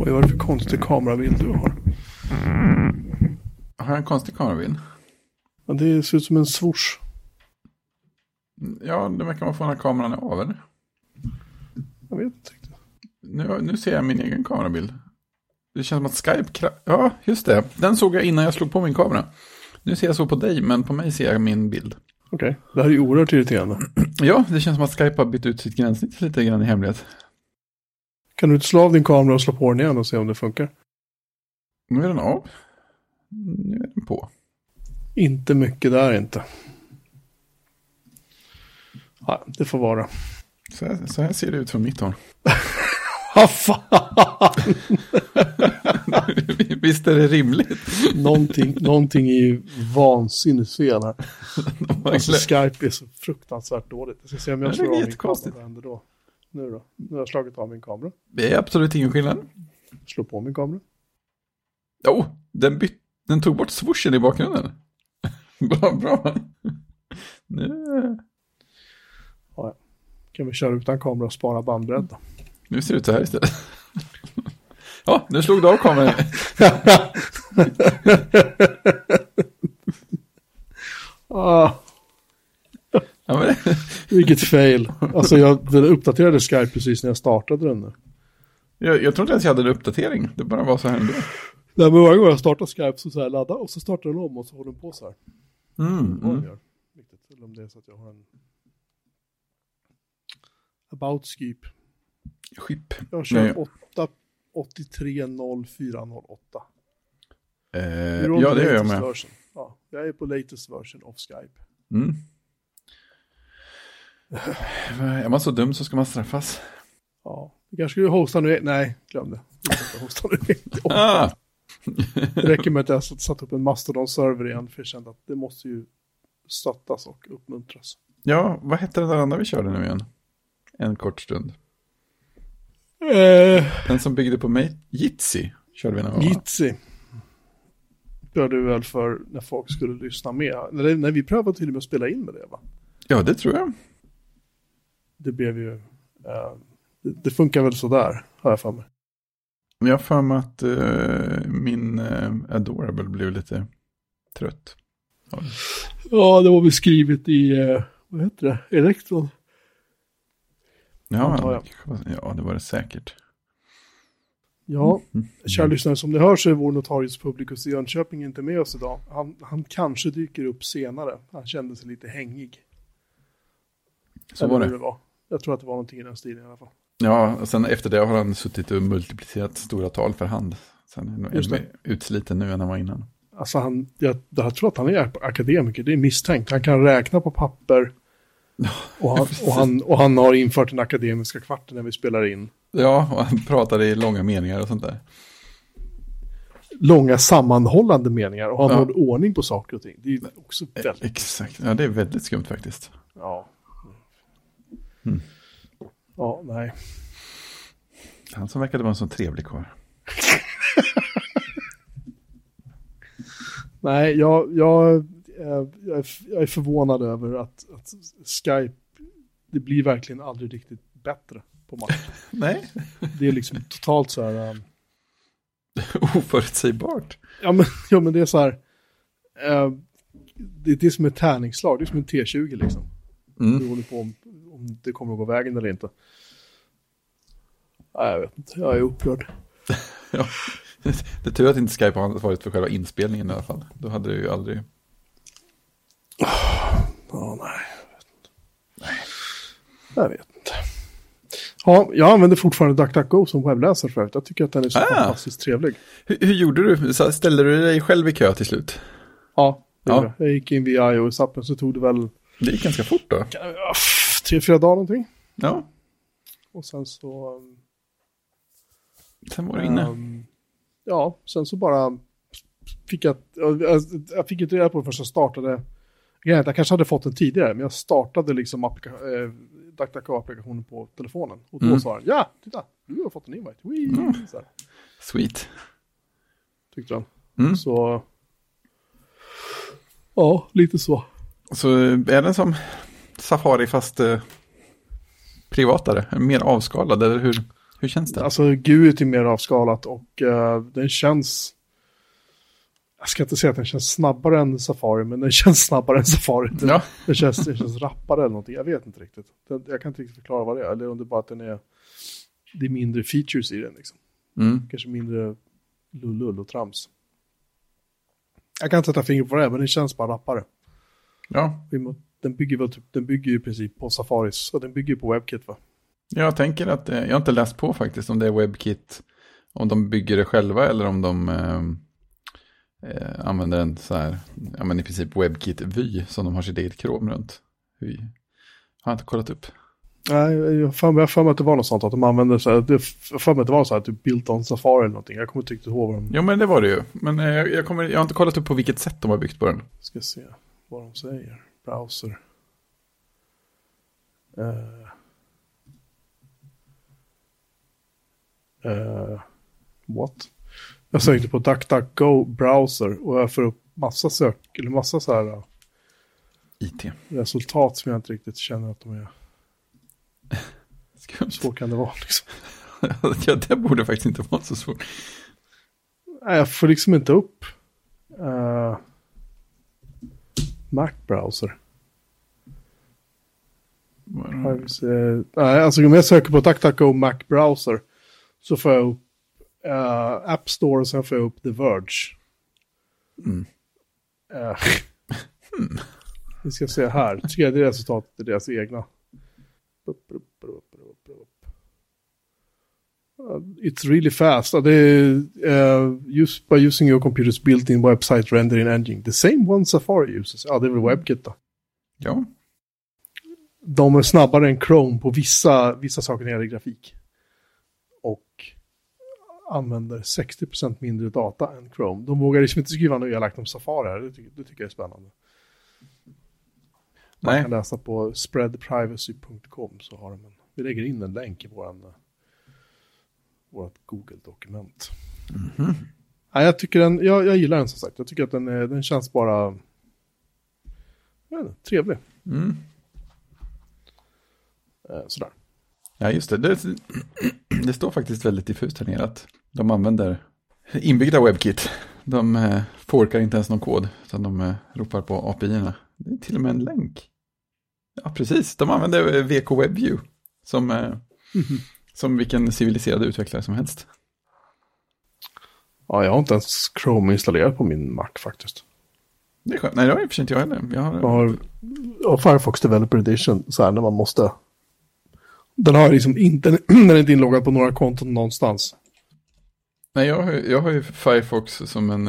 Oj, vad är det för konstig kamerabild du har? Har jag en konstig kamerabild? Ja, det ser ut som en swoosh. Ja, det verkar man få när kameran är av, eller? Jag vet inte riktigt. Nu ser jag min egen kamerabild. Det känns som att Skype... Ja, just det. Den såg jag innan jag slog på min kamera. Nu ser jag så på dig, men på mig ser jag min bild. Okej, det här är ju oerhört irriterande. Ja, det känns som att Skype har bytt ut sitt gränssnitt lite grann i hemlighet. Kan du inte slå av din kamera och slå på den igen och se om det funkar? Nu är den av. Nu är den på. Inte mycket där inte. Ja, det får vara. Så här ser det ut från mitt håll. Vad fan! Visst är det rimligt? Någonting är ju vansinnigt fel här. Alltså, Skype är så fruktansvärt dåligt. Jag ska se om jag slår av min kamera. Vad händer då? Nu då? Nu har jag slagit av min kamera. Det är absolut ingen skillnad. Slå på min kamera. Jo, den tog bort swooshen i bakgrunden. Bra. Nu. Ja, kan vi köra utan kamera och spara bandbredd då? Nu ser det ut så här istället. Ja, nu slog du av kameran. Vilket fail. Alltså den uppdaterade Skype precis när jag startade den nu. Jag tror inte ens jag hade en uppdatering. Det bara var så här ändå. Nej, men varje gång jag startar Skype så här ladda och så startar den om och så håller den på så här. Eller om det är så att jag har en About Skype. Skip. Jag har kört 8.83.04.08. Ja, det gör jag med. Version. Ja, jag är på latest version of Skype. Är man så dum så ska man straffas. Ja, vi kanske skulle hosta nu. Nej, glöm det. Hosta nu. Det räcker med att jag satt upp en Mastodon-server igen, för jag kände att det måste ju stöttas och uppmuntras. Ja, vad hette den där andra vi körde nu igen? En kort stund. Den som byggde på mig, Jitsi, körde vi någon gång. Jitsi började väl för när folk skulle lyssna med. När vi prövade till och med att spela in med det, va? Ja, det tror jag. Det blev ju... det funkar väl sådär, har jag för mig. Jag har för mig att min Adorable blev lite trött. Ja, det var väl skrivet i... vad heter det? Elektron. Ja, det var det säkert. Ja, kära lyssnare, som ni hör så är vår notarius publicus i Jönköping inte med oss idag. Han kanske dyker upp senare. Han kände sig lite hängig. Så var det. Jag tror att det var någonting i den stilen i alla fall. Ja, och sen efter det har han suttit och multiplicerat stora tal för hand. Sen är han utsliten nu än han var innan. Alltså jag tror att han är akademiker, det är misstänkt. Han kan räkna på papper. Och han har infört den akademiska kvarten när vi spelar in. Ja, och han pratar i långa meningar och sånt där. Långa sammanhållande meningar. Och han håller ordning på saker och ting. Det är också väldigt... Exakt, ja, det är väldigt skumt faktiskt. Ja. Ja, nej. Han som verkade vara en sån trevlig karl. Nej, jag är förvånad över att Skype, det blir verkligen aldrig riktigt bättre på Mac. Nej. Det är liksom totalt så här... oförutsägbart. Ja, men det är så här... det är som ett tärningsslag. Det är som en T20 liksom. Du håller på om det kommer att gå vägen eller inte. Nej, jag vet inte. Jag är upprörd. Ja. Det är tur att inte Skype har varit för själva inspelningen i alla fall. Då hade det ju aldrig... Nej, jag vet inte. Nej. Jag vet inte. Ja, jag använder fortfarande DuckDuckGo som webbläsare för övrigt. Jag tycker att den är så fantastiskt trevlig. Hur gjorde du? Ställde du dig själv i kö till slut? Ja, jag gick in via iOS-appen så tog det väl... Det gick ganska fort då. 3-4 dagar någonting. Ja. Och sen så... Sen var du inne. Ja, sen så bara fick jag inte reda på det först jag startade. Jag kanske hade fått den tidigare, men jag startade liksom DuckDuckGo-applikationen på telefonen. Och då sa den, titta, du har fått en invite. Så här. Sweet. Tyckte han. Så, ja, lite så. Så är den som Safari fast privatare? Mer avskalad, eller hur Hur känns det? Alltså GUIT är mer avskalat och den känns... Jag ska inte säga att den känns snabbare än Safari, men den känns snabbare än Safari. Ja. Den känns rappare eller någonting. Jag vet inte riktigt. Jag kan inte riktigt förklara vad det är. Eller om det bara att det är mindre features i den. Liksom. Kanske mindre lull och trams. Jag kan inte sätta fingret på det, men den känns bara rappare. Ja. Den bygger ju i princip på Safaris. Och den bygger på WebKit, va? Jag tänker att, jag har inte läst på faktiskt om det är WebKit. Om de bygger det själva eller om de använder en så här, ja men i princip WebKit-vy som de har sitt eget Chrome runt. Har jag inte kollat upp. Nej, jag för mig att det var något sånt att de använder så här, för mig att det var så här typ built on Safari eller någonting. Jag kommer inte riktigt ihåg vad de... Jo men det var det ju. Men jag har inte kollat upp på vilket sätt de har byggt på den. Ska se vad de säger. Browser. What? Jag sökte på DuckDuckGo browser och jag får upp massa så här IT. resultat som jag inte riktigt känner att de är. Skumt. Så kan det vara liksom. Ja, det borde faktiskt inte vara så svårt. Nej, jag får liksom inte upp Mac-browser. Nej, alltså om jag söker på DuckDuckGo Mac-browser så får jag upp App Store och sen får jag upp The Verge. Vi ska se här. Tredje resultatet är deras egna. It's really fast. Det är used by using your computer's built-in website rendering engine. The same one Safari uses. Ja, det är väl WebKit då. Ja. De är snabbare än Chrome på vissa saker när det gäller grafik. Och använder 60% mindre data än Chrome. De vågar liksom inte skriva något elakt om Safari här. Det tycker jag är spännande. Man kan läsa på spreadprivacy.com så har de vi lägger in en länk i vårt Google-dokument. Ja, jag tycker jag gillar den som sagt. Jag tycker att den känns bara trevlig. Sådär. Ja, just det. Det står faktiskt väldigt diffust här nere att de använder inbyggda WebKit. De forkar inte ens någon kod utan de ropar på API-erna. Det är till och med en länk. Ja, precis. De använder VK WebView som vilken civiliserad utvecklare som helst. Ja, jag har inte ens Chrome installerat på min Mac faktiskt. Det är skönt. Nej, det har jag inte jag heller. Jag har Firefox Developer Edition så här när man måste. Den har liksom inte, den är inte inloggad på några konton någonstans. Nej, jag har ju Firefox som en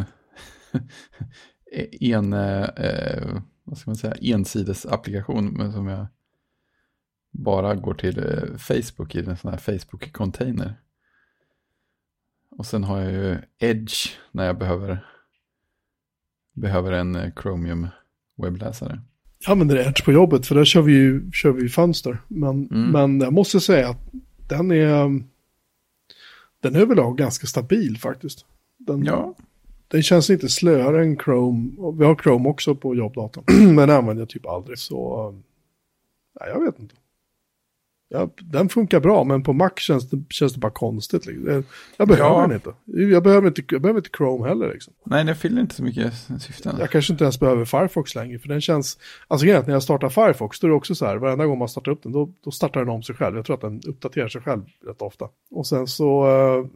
vad ska man säga, ensides applikation men som jag bara går till Facebook i en sån här Facebook-container. Och sen har jag ju Edge när jag behöver en Chromium webbläsare. Jag använder Edge på jobbet för där kör vi fönster. Men jag måste säga att den är överlag ganska stabil faktiskt. Den känns inte slöare än Chrome. Vi har Chrome också på jobbdatorn. Men den använder jag typ aldrig. Så nej, jag vet inte. Ja, den funkar bra, men på Mac känns det bara konstigt. Liksom. Jag behöver den inte. Jag behöver inte Chrome heller. Liksom. Nej, det fyller inte så mycket syften. Jag kanske inte ens behöver Firefox längre, för den känns... Alltså när jag startar Firefox, då är det också så här, varenda gång man startar upp den, då startar den om sig själv. Jag tror att den uppdaterar sig själv rätt ofta. Och sen så...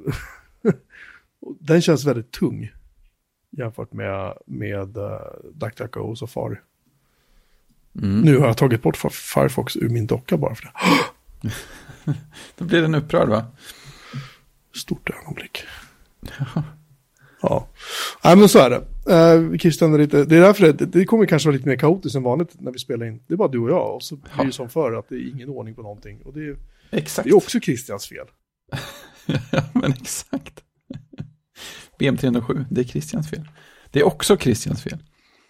den känns väldigt tung jämfört med DuckDuckGo och Safari. Nu har jag tagit bort Firefox ur min docka bara för det. Då blir den upprörd, va? Stort ögonblick. Ja. Nej, men så är det. Christian, det är därför det kommer kanske vara lite mer kaotiskt än vanligt när vi spelar in. Det är bara du och jag. Och så blir det som förr att det är ingen ordning på någonting. Och det är också Christians fel. Ja, men exakt. BM307, det är Christians fel. Det är också Christians fel.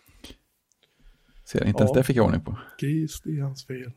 Ser inte ens det fick jag ordning på. Christians fel.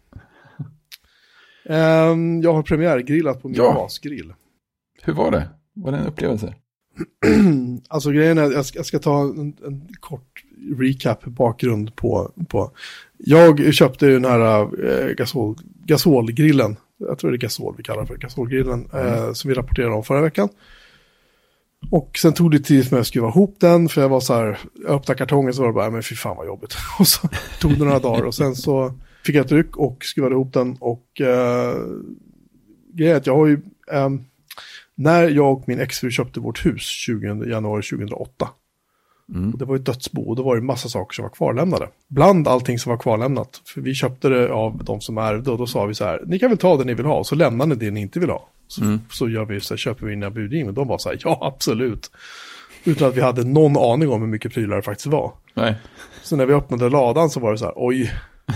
Jag har premiärgrillat på min gasgrill. Hur var det? Var det en upplevelse? Alltså grejen är, jag ska ta en kort recap, bakgrund på. Jag köpte den här gasolgrillen jag tror det är gasol vi kallar för, gasolgrillen, som vi rapporterade om förra veckan. Och sen tog det tid för mig att skruva ihop den, för jag var så här, jag öppnade kartongen så var det bara, men fy fan vad jobbigt. Och så tog det några dagar och sen så fick jag ett ryck och skruvade ihop den och grejen är att jag har ju, när jag och min exfru köpte vårt hus januari 2008, och det var ju dödsbo och då var det massa saker som var kvarlämnade. Bland allting som var kvarlämnat, för vi köpte det av de som ärvde och då sa vi så här, ni kan väl ta det ni vill ha, så lämnar ni det ni inte vill ha. Så gör vi så här, köper vi in budgivning, och de var så här, ja absolut. Utan att vi hade någon aning om hur mycket prylar det faktiskt var. Nej. Så när vi öppnade ladan så var det så här, oj.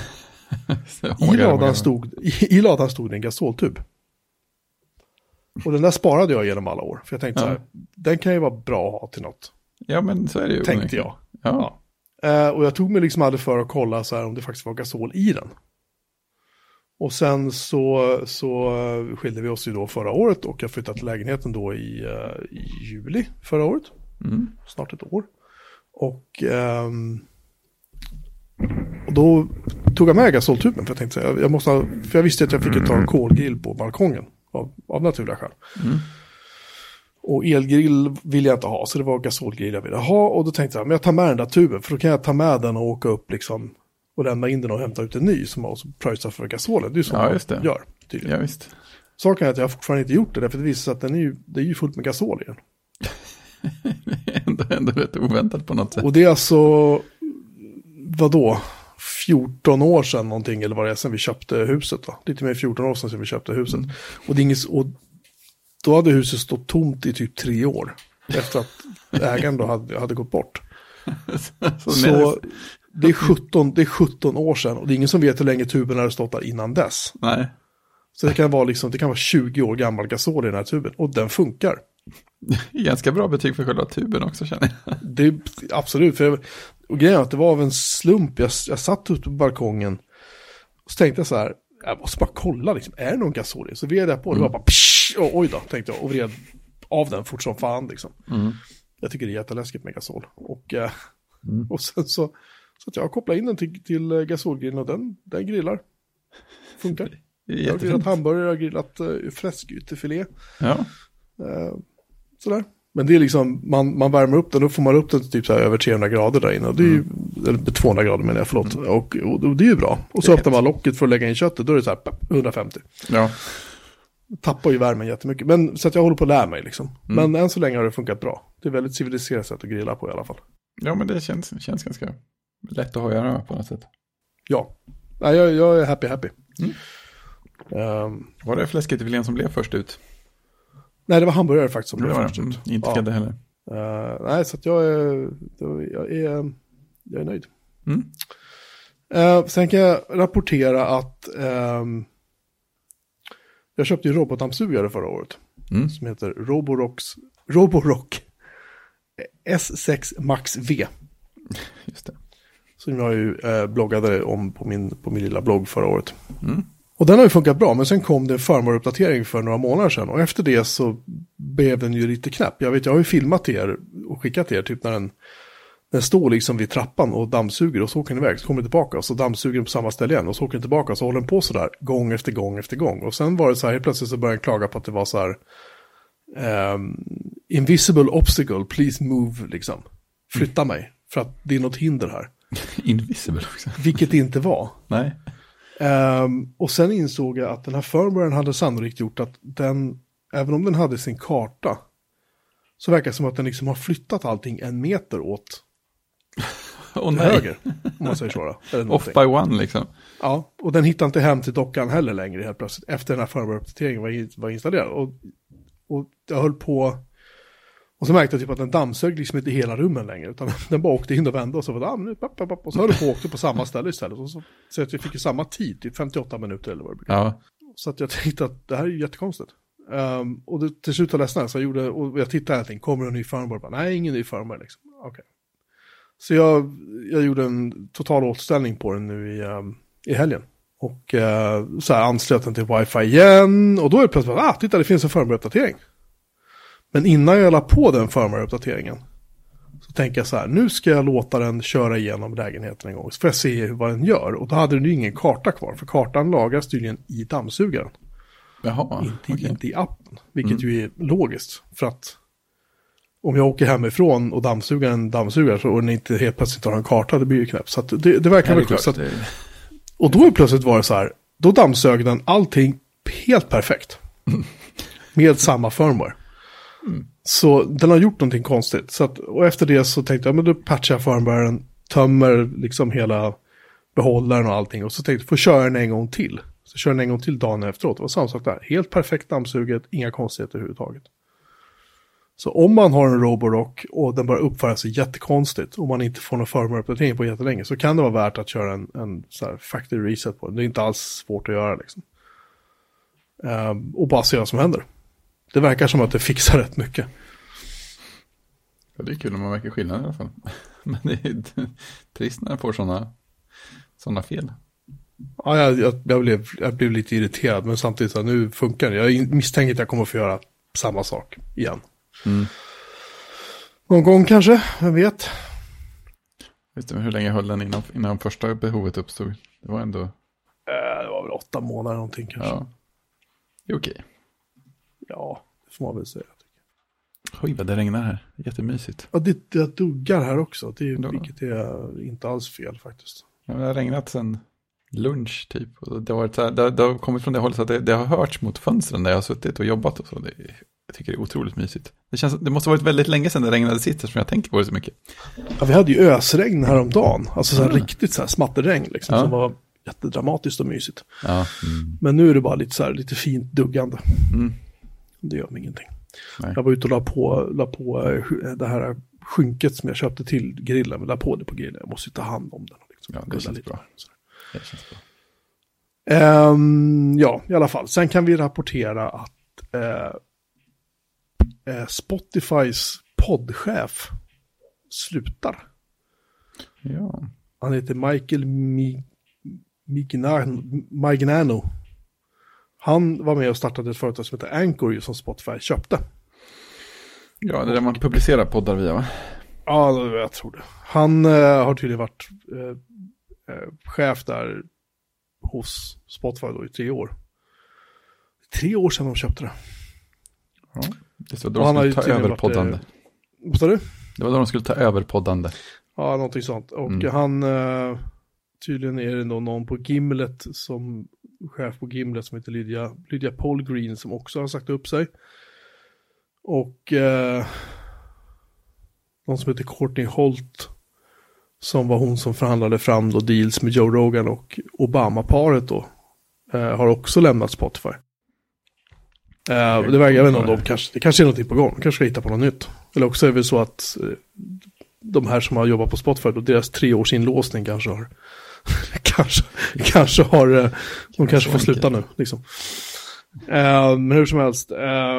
I ladan stod det en gasoltub. Och den där sparade jag genom alla år. För jag tänkte så här, den kan ju vara bra att ha till något. Ja, men så är det ju. Tänkte jag. Ja. Och jag tog mig liksom aldrig för att kolla så här om det faktiskt var gasol i den. Och sen så skilde vi oss ju då förra året och jag flyttade till lägenheten då i juli förra året. Snart ett år. Och då tog jag med gasoltuben för jag tänkte så här, för jag visste att jag fick ta en kolgrill på balkongen av naturliga skäl. Och elgrill vill jag inte ha, så det var gasolgrill jag ville ha. Och då tänkte jag, men jag tar med den där tuben, för då kan jag ta med den och åka upp liksom och lämna in den och hämta ut en ny som också pröjsar för gasolen. Det är ju så man gör tydligen. Ja, visst. Saken är att jag fortfarande inte gjort det, därför att det visar sig att det är ju fullt med gasol i den. ändå rätt oväntat på något sätt. Och det är alltså, vadå? 14 år sedan någonting, eller vad det är, sedan vi köpte huset då. Lite mer 14 år sedan vi köpte huset. Och det är inget, och då hade huset stått tomt i typ 3 år. Efter att ägaren då hade gått bort. Så det är 17 år sedan. Och det är ingen som vet hur länge tuben hade stått där innan dess. Nej. Så det kan vara 20 år gammal gasol i den här tuben. Och den funkar. Ganska bra betyg för själva tuben också, känner jag. Det är absolut. Och grejen är att det var av en slump. Jag satt ute på balkongen. Och så tänkte jag så här. Jag måste bara kolla liksom. Är det någon gasol i? Så vred jag på. Det var bara oj då, tänkte jag. Och vred av den fort som fan liksom. Jag tycker det är jätteläskigt med gasol. Och sen så att jag kopplade in den till gasolgrillen och den grillar. Funkar. Jag har grillat hamburgare, jag har grillat fläskytterfilé. Ja. Sådär. Men det är liksom, man värmer upp den, då får man upp den till typ så här över 300 grader där inne. Och det är ju, eller 200 grader menar jag, förlåt. Och det är ju bra. Och så öppnar man locket för att lägga in köttet, då är det så här 150. Ja. Tappar ju värmen jättemycket. Men så att jag håller på att lära mig liksom. Men än så länge har det funkat bra. Det är väldigt civiliserat sätt att grilla på i alla fall. Ja, men det känns ganska lätt att ha att göra på något sätt. Ja. Nej, jag är happy. Var det fläskytterfilén som blev först ut? Nej, det var hamburgare faktiskt som blev först ut. Inte grädde heller. Nej, så att jag är nöjd. Sen kan jag rapportera att jag köpte en robotdammsugare förra året. Som heter Roborock S6 Max V. Just det. Som jag ju bloggade om på min lilla blogg förra året. Och den har ju funkat bra, men sen kom det en firmware-uppdatering för några månader sedan. Och efter det så blev den ju lite knäpp. Jag har ju filmat er och skickat er typ när den står liksom vid trappan och dammsuger och så åker den iväg. Så kommer den tillbaka och så dammsuger den på samma ställe igen och så åker den tillbaka och så håller den på sådär gång efter gång efter gång. Och sen var det så här, helt plötsligt så började den klaga på att det var så här invisible obstacle, please move liksom. Flytta mig, för att det är något hinder här. Invisible också. Vilket det inte var. Nej. Och sen insåg jag att den här firmwaren hade sannolikt gjort att den, även om den hade sin karta, så verkar det som att den liksom har flyttat allting 1 meter åt höger, om man säger så då. Off by one liksom. Ja, och den hittar inte hem till dockan heller längre helt plötsligt, efter den här firmware-uppdateringen var installerad. Och jag höll på, och så märkte jag typ att den dammsög liksom inte hela rummen längre, utan den bara åkte in och vände och så var det, och så höll det på och åkte på samma ställe istället. Så att jag fick ju samma tid, typ 58 minuter eller vad det brukar. Ja. Så att jag tänkte att det här är ju jättekonstigt. Och det, till slut var jag ledsen, så jag tittade allting, kommer en ny firmware? Nej, ingen ny firmware liksom. Okay. Så jag gjorde en total återställning på den nu i helgen. Och så här anslöt den till wifi igen. Och då är det plötsligt, titta, det finns en firmware-uppdatering. Men innan jag la på den firmware-uppdateringen så tänker jag så här, nu ska jag låta den köra igenom lägenheten en gång. Så får jag se vad den gör. Och då hade den ju ingen karta kvar, för kartan lagras tydligen i dammsugaren. Jaha, inte i appen. Vilket ju är logiskt. För att om jag åker hemifrån och dammsugar så och den inte helt plötsligt har en karta, det blir ju knäppt. Så att det verkar väl klart. Och då är plötsligt var det så här, då dammsög den allting helt perfekt. Med samma firmware. Så den har gjort någonting konstigt. Så att, och efter det så tänkte jag, men då patchar jag firmwaren, tömmer liksom hela behållaren och allting. Och så tänkte jag, får köra den en gång till. Så kör den en gång till dagen efteråt. Det var samma sak där. Helt perfekt dammsuget, inga konstigheter överhuvudtaget. Så om man har en Roborock och den börjar uppföra sig jättekonstigt och man inte får någon firmware-uppdatering på jättelänge, så kan det vara värt att köra en så här factory reset på den. Det är inte alls svårt att göra liksom. Och bara se vad som händer. Det verkar som att det fixar rätt mycket. Ja, det är kul om man märker skillnad i alla fall. Men det är trist när jag får sådana fel. Ja, jag blev lite irriterad, men samtidigt så nu funkar det. Jag misstänker att jag kommer att få göra samma sak igen. Någon gång kanske, vem vet. Vet du hur länge höll den innan första behovet uppstod? Det var ändå... Det var väl 8 månader någonting kanske. Ja, det är okej. Ja, det får man väl säga. Oj, vad det regnar här. Jättemysigt. Ja, det duggar här också. Vilket är inte alls fel faktiskt. Ja, det har regnat sedan lunch typ. Och det har kommit från det hållet så att det har hörts mot fönstren där jag har suttit och jobbat och så. Jag tycker det är otroligt mysigt. Det måste ha varit väldigt länge sedan det regnade sist, som jag tänker på det så mycket. Ja, vi hade ju ösregn häromdagen. Alltså så här riktigt så här smatterregn liksom, som var jättedramatiskt och mysigt. Ja. Men nu är det bara lite fint duggande. Det gör mig ingenting. Nej. Jag var ute och la på det här skynket som jag köpte till grillen. Men la på det på grillen. Jag måste ta hand om den. Liksom. Ja, det känns bra. Det känns bra. Ja, i alla fall. Sen kan vi rapportera att Spotifys poddchef slutar. Ja. Han heter Michael Mignano. Han var med och startade ett företag som heter Anchor som Spotify köpte. Ja, det är där man publicerar poddar via, va? Ja, jag tror det. Han har tydligen varit chef där hos Spotify då i 3 år. 3 år sedan de köpte det. Ja, det var då de skulle ta över poddande. Vad sa du? Det var då de skulle ta över poddande. Ja, någonting sånt. Och han, tydligen är det någon på Gimlet som chef på Gimlet som heter Lydia Polgreen som också har sagt upp sig. Och någon som heter Courtney Holt som var hon som förhandlade fram då deals med Joe Rogan och Obama-paret då har också lämnat Spotify. Det verkar även om det kanske är någonting på gång. Kanske ska hitta på något nytt. Eller också är det så att de här som har jobbat på Spotify då, deras 3 års inlåsning kanske har de kanske får sluta nu liksom. Men hur som helst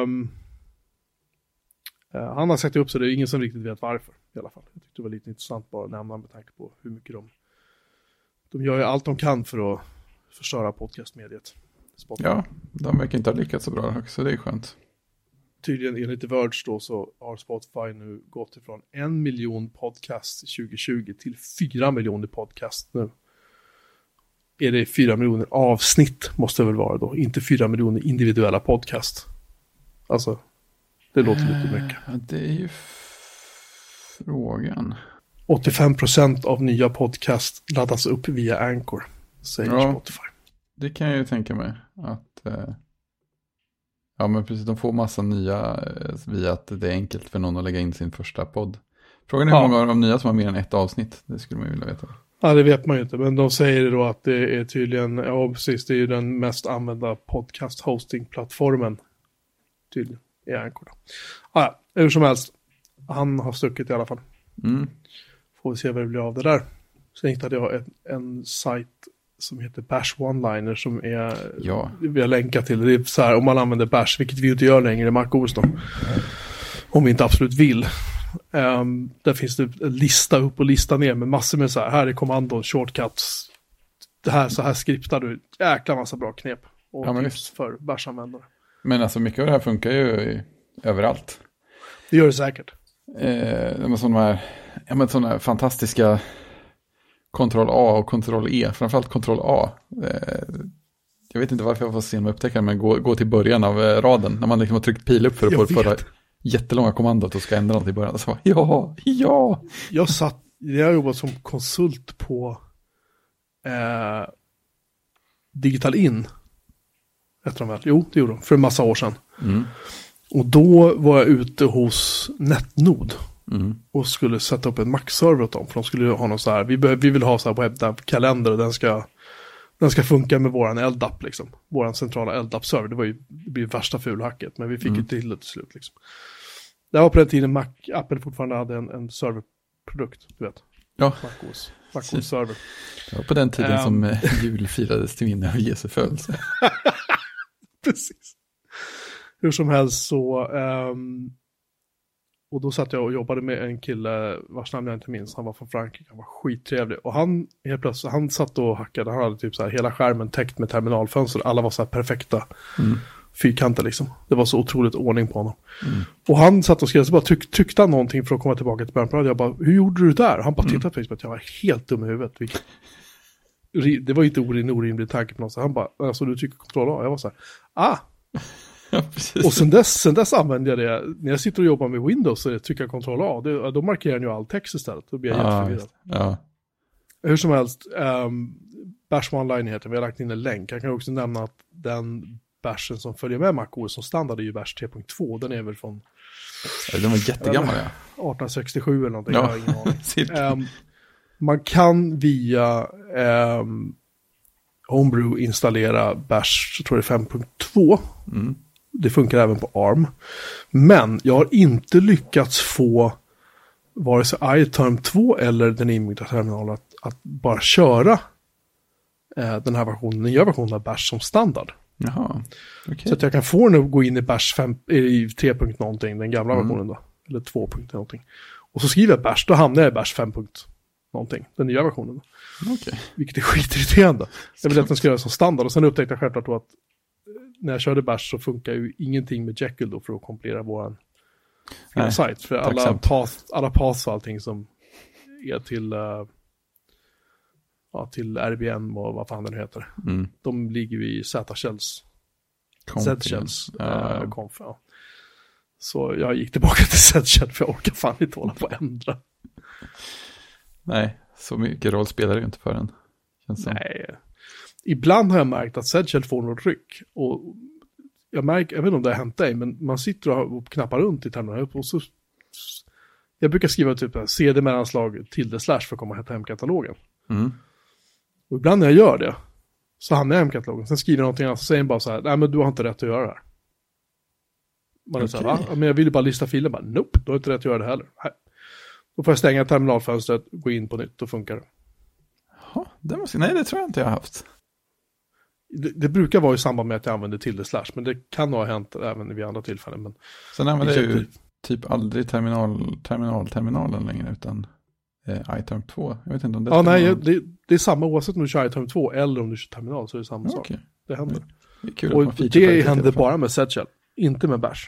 han har sagt upp så det är ingen som riktigt vet varför i alla fall. Jag tyckte det var lite intressant bara att nämna med tanke på hur mycket de gör ju allt de kan för att förstöra podcastmediet. Spotify. Ja, de verkar inte ha lyckats så bra så det är skönt. Tydligen enligt Verge då så har Spotify nu gått ifrån 1 miljon podcast 2020 till 4 miljoner podcast nu. Är det 4 miljoner avsnitt måste det väl vara då, inte 4 miljoner individuella podcast. Alltså, det låter lite mycket. Det är ju frågan. 85% av nya podcast laddas upp via Anchor, säger Spotify. Det kan jag ju tänka mig att ja men precis, de får massa nya via att det är enkelt för någon att lägga in sin första podd. Frågan är hur många av de nya som har mer än 1 avsnitt, det skulle man ju vilja veta. Ja, det vet man ju inte, men de säger då att det är tydligen, ja precis, det är ju den mest använda podcast-hosting-plattformen tydligen i Anchor då. Ja, hur som helst, han har stuckit i alla fall. Får vi se vad det blir av det där. Sen hittade jag en sajt som heter Bash One-Liner som är vi har länkat till. Det är så här, om man använder Bash, vilket vi inte gör längre i MacOS då. Om vi inte absolut vill. Där finns det en lista upp och lista ner med massor med så här är kommandon, shortcuts. Det här, så här skriptar du. Jäkla massa bra knep och tips för Bash-användare. Men alltså mycket av det här funkar ju överallt. Det gör det säkert. Sådana här fantastiska Ctrl A och Ctrl E, framförallt Ctrl A. Jag vet inte varför jag var sen med att upptäcka, men gå till början av raden. När man liksom har tryckt pil upp för att få det förra jättelånga kommandot och ska ändra något i början. Så ja. Jag har jobbat som konsult på Digital In. Det gjorde de. För en massa år sedan. Mm. Och då var jag ute hos Netnode. Och skulle sätta upp en Mac-server åt dem. För de skulle ha något så här. Vi vill ha så här webbkalender och den ska funka med våran LDAP liksom. Våran centrala LDAP-server. Det blir värsta fulhacket. Men vi fick ju till det till slut liksom. Det var på den tiden Apple fortfarande hade en serverprodukt, du vet. Ja. MacOS server. Det var på den tiden som jul firades till minne av Jesu födelse. Precis. Hur som helst så och då satt jag och jobbade med en kille vars namn jag inte minns. Han var från Frankrike, han var skittrevlig. Och han satt och hackade. Han hade typ så här hela skärmen täckt med terminalfönster. Alla var så här perfekta fyrkanter liksom. Det var så otroligt ordning på honom. Och han satt och skrev så bara tryckte han någonting för att komma tillbaka till början. Jag bara, hur gjorde du det där? Han bara tittade på mig att jag var helt dum i huvudet. Det var inte en orimlig tanke på något sätt. Han bara, alltså du trycker kontroll A. Jag var så här, Ja, och sen dess använder jag det. När jag sitter och jobbar med Windows så trycker jag kontroll A. Då markerar jag ju all text istället. Då blir jag jätteförvirrad. Ja. Hur som helst, Bash Online heter. Vi har lagt in en länk. Jag kan också nämna att den bashen som följer med MacOS som standard är ju Bash 3.2. Den är väl från... Den var jättegammal, 1867 eller någonting. Ja. Jag har ingen aning. Man kan via Homebrew installera Bash, jag tror det är 5.2. Det funkar även på ARM. Men jag har inte lyckats få vare sig iTerm 2 eller den inbyggda terminalen att bara köra den här versionen, nya versionen av Bash som standard. Jaha, okay. Så att jag kan få den att gå in i Bash 5, i 3. någonting, den gamla versionen då. Eller 2. någonting. Och så skriver jag Bash, då hamnar jag i Bash 5. någonting, den nya versionen. Okay. Vilket är skitirriterande. Jag vill att den ska göra som standard. Och sen upptäckte jag självklart då att när jag körde Bash så funkar ju ingenting med Jekyll då för att kompilera våran sajt. För alla paths och allting som är till RBM och vad fan den heter. De ligger ju i Z-shells. Z-shells. Conf, ja. Så jag gick tillbaka till Z-shell för jag orkar fan inte hålla på att ändra. Nej, så mycket roll spelar det ju inte för den. Nej. Ibland har jag märkt att Z-shell får något ryck. Och jag vet inte om det har hänt dig, men man sitter och knappar runt i terminalen och så... Jag brukar skriva typ cd mellanslag / för att komma till hemkatalogen. Och ibland när jag gör det så hamnar jag i hemkatalogen. Sen skriver jag någonting annat och säger bara så här, nej men du har inte rätt att göra det här. Man är så här, va? Men jag vill ju bara lista filen. Bara, nope, du har inte rätt att göra det heller. Nej. Då får jag stänga terminalfönstret, gå in på nytt och funkar det. Ja, nej, det tror jag inte jag har haft. Det brukar vara i samband med att jag använder / men det kan ha hänt även vid andra tillfällen. Men sen använder jag ju typ aldrig terminalen längre utan iTerm 2. Jag vet inte om det det är samma oavsett om du kör iTerm 2 eller om du kör terminal så är det samma sak. Det händer. Det är kul och det händer bara med Z-shell, inte med Bash.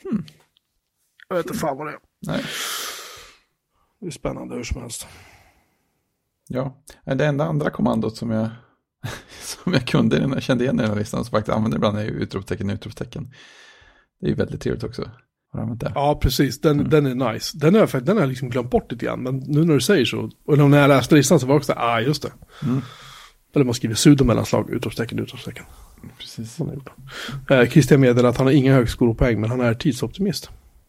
Jag vet inte fan vad det är. Nej. Det är spännande hur som helst. Ja, det enda andra kommandot som jag kände igen i den här listan som faktiskt använder ibland är ju utropstecken. Det är ju väldigt trevligt också. Ja, precis. Den är nice. Den har jag liksom glömt bort lite grann. Men nu när du säger så, och när jag läste listan så var det också just det. Eller man skriver sudo mellanslag, utropstecken. Precis. Christian meddelar att han har inga högskolepoäng, men han är tidsoptimist.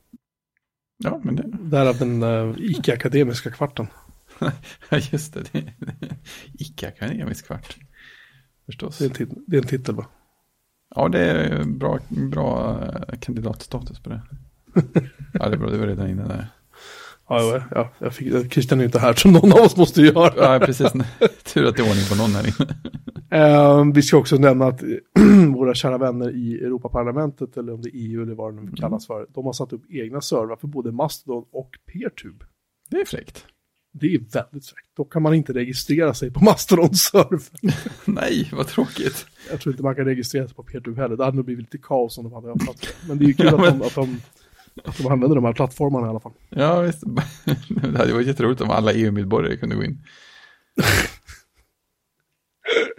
Ja, men det... Därav den icke-akademiska kvarten. Ja, just det. Icke-akademisk kvart. Förstås. Det är en titel, va? Ja, det är bra kandidatstatus på det. Ja, det är bra. Det var redan inne där. Ja, jag fick Christian är inte här som någon av oss måste göra. Ja, precis. Tur att det är ordning på någon här inne. Vi ska också nämna att våra kära vänner i Europaparlamentet, eller om det är EU eller vad det nu kallas för, de har satt upp egna servrar för både Mastodon och Peertube. Det är fräckt. Det är väldigt fräckt. Då kan man inte registrera sig på Mastodon-servern. Nej, vad tråkigt. Jag tror inte man kan registrera sig på Peertube heller. Det hade nog blivit lite kaos om de hade öppnat. Men det är ju kul att de använder de här plattformarna i alla fall. Ja, visst. Det hade varit jätteroligt om alla EU-medborgare kunde gå in.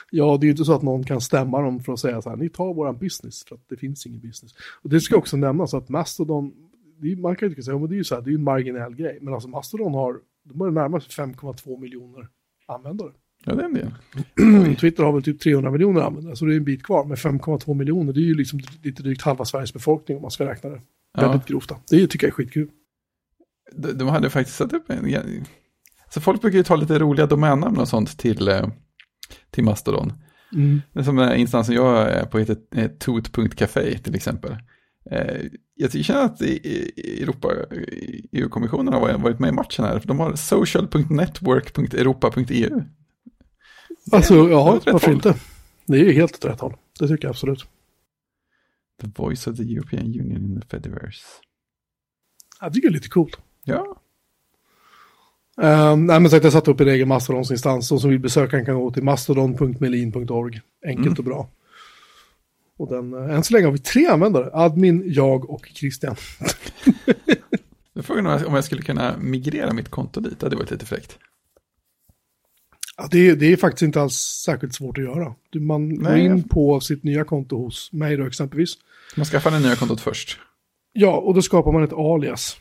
Ja, det är ju inte så att någon kan stämma dem för att säga så här, ni tar våran business, för att det finns ingen business. Och det ska också nämnas att Mastodon, man kan ju inte säga, men det är ju så här, det är ju en marginell grej, men alltså Mastodon de börjar närma sig 5,2 miljoner användare. Ja, det är en del. Twitter har väl typ 300 miljoner användare, så det är en bit kvar, med 5,2 miljoner, det är ju liksom lite drygt halva Sveriges befolkning om man ska räkna det. Väldigt grovt. Det tycker jag är skitkul. De hade faktiskt satt upp så folk brukar ju ta lite roliga domännamn och sånt till Mastodon. Det är som den här instansen jag är på heter Toot.café till exempel. Jag känner att EU-kommissionen har varit med i matchen här. För de har social.network.europa.eu. Alltså, ja, varför inte? Det är helt åt rätt håll. Det tycker jag absolut. The voice of the European Union in the Fediverse. Jag tycker det är lite coolt. Ja. Nej, men så att jag satt upp en egen Mastodons-instans. De som vill besöka kan gå till mastodon.melin.org. Enkelt och bra. Och än så länge har vi 3 användare. Admin, jag och Christian. Jag frågar om jag skulle kunna migrera mitt konto dit. Det hade varit lite fräckt. Ja, det är faktiskt inte alls särskilt svårt att göra. Man går in på sitt nya konto hos mig då exempelvis. Man skaffar det nya kontot först. Ja, och då skapar man ett alias.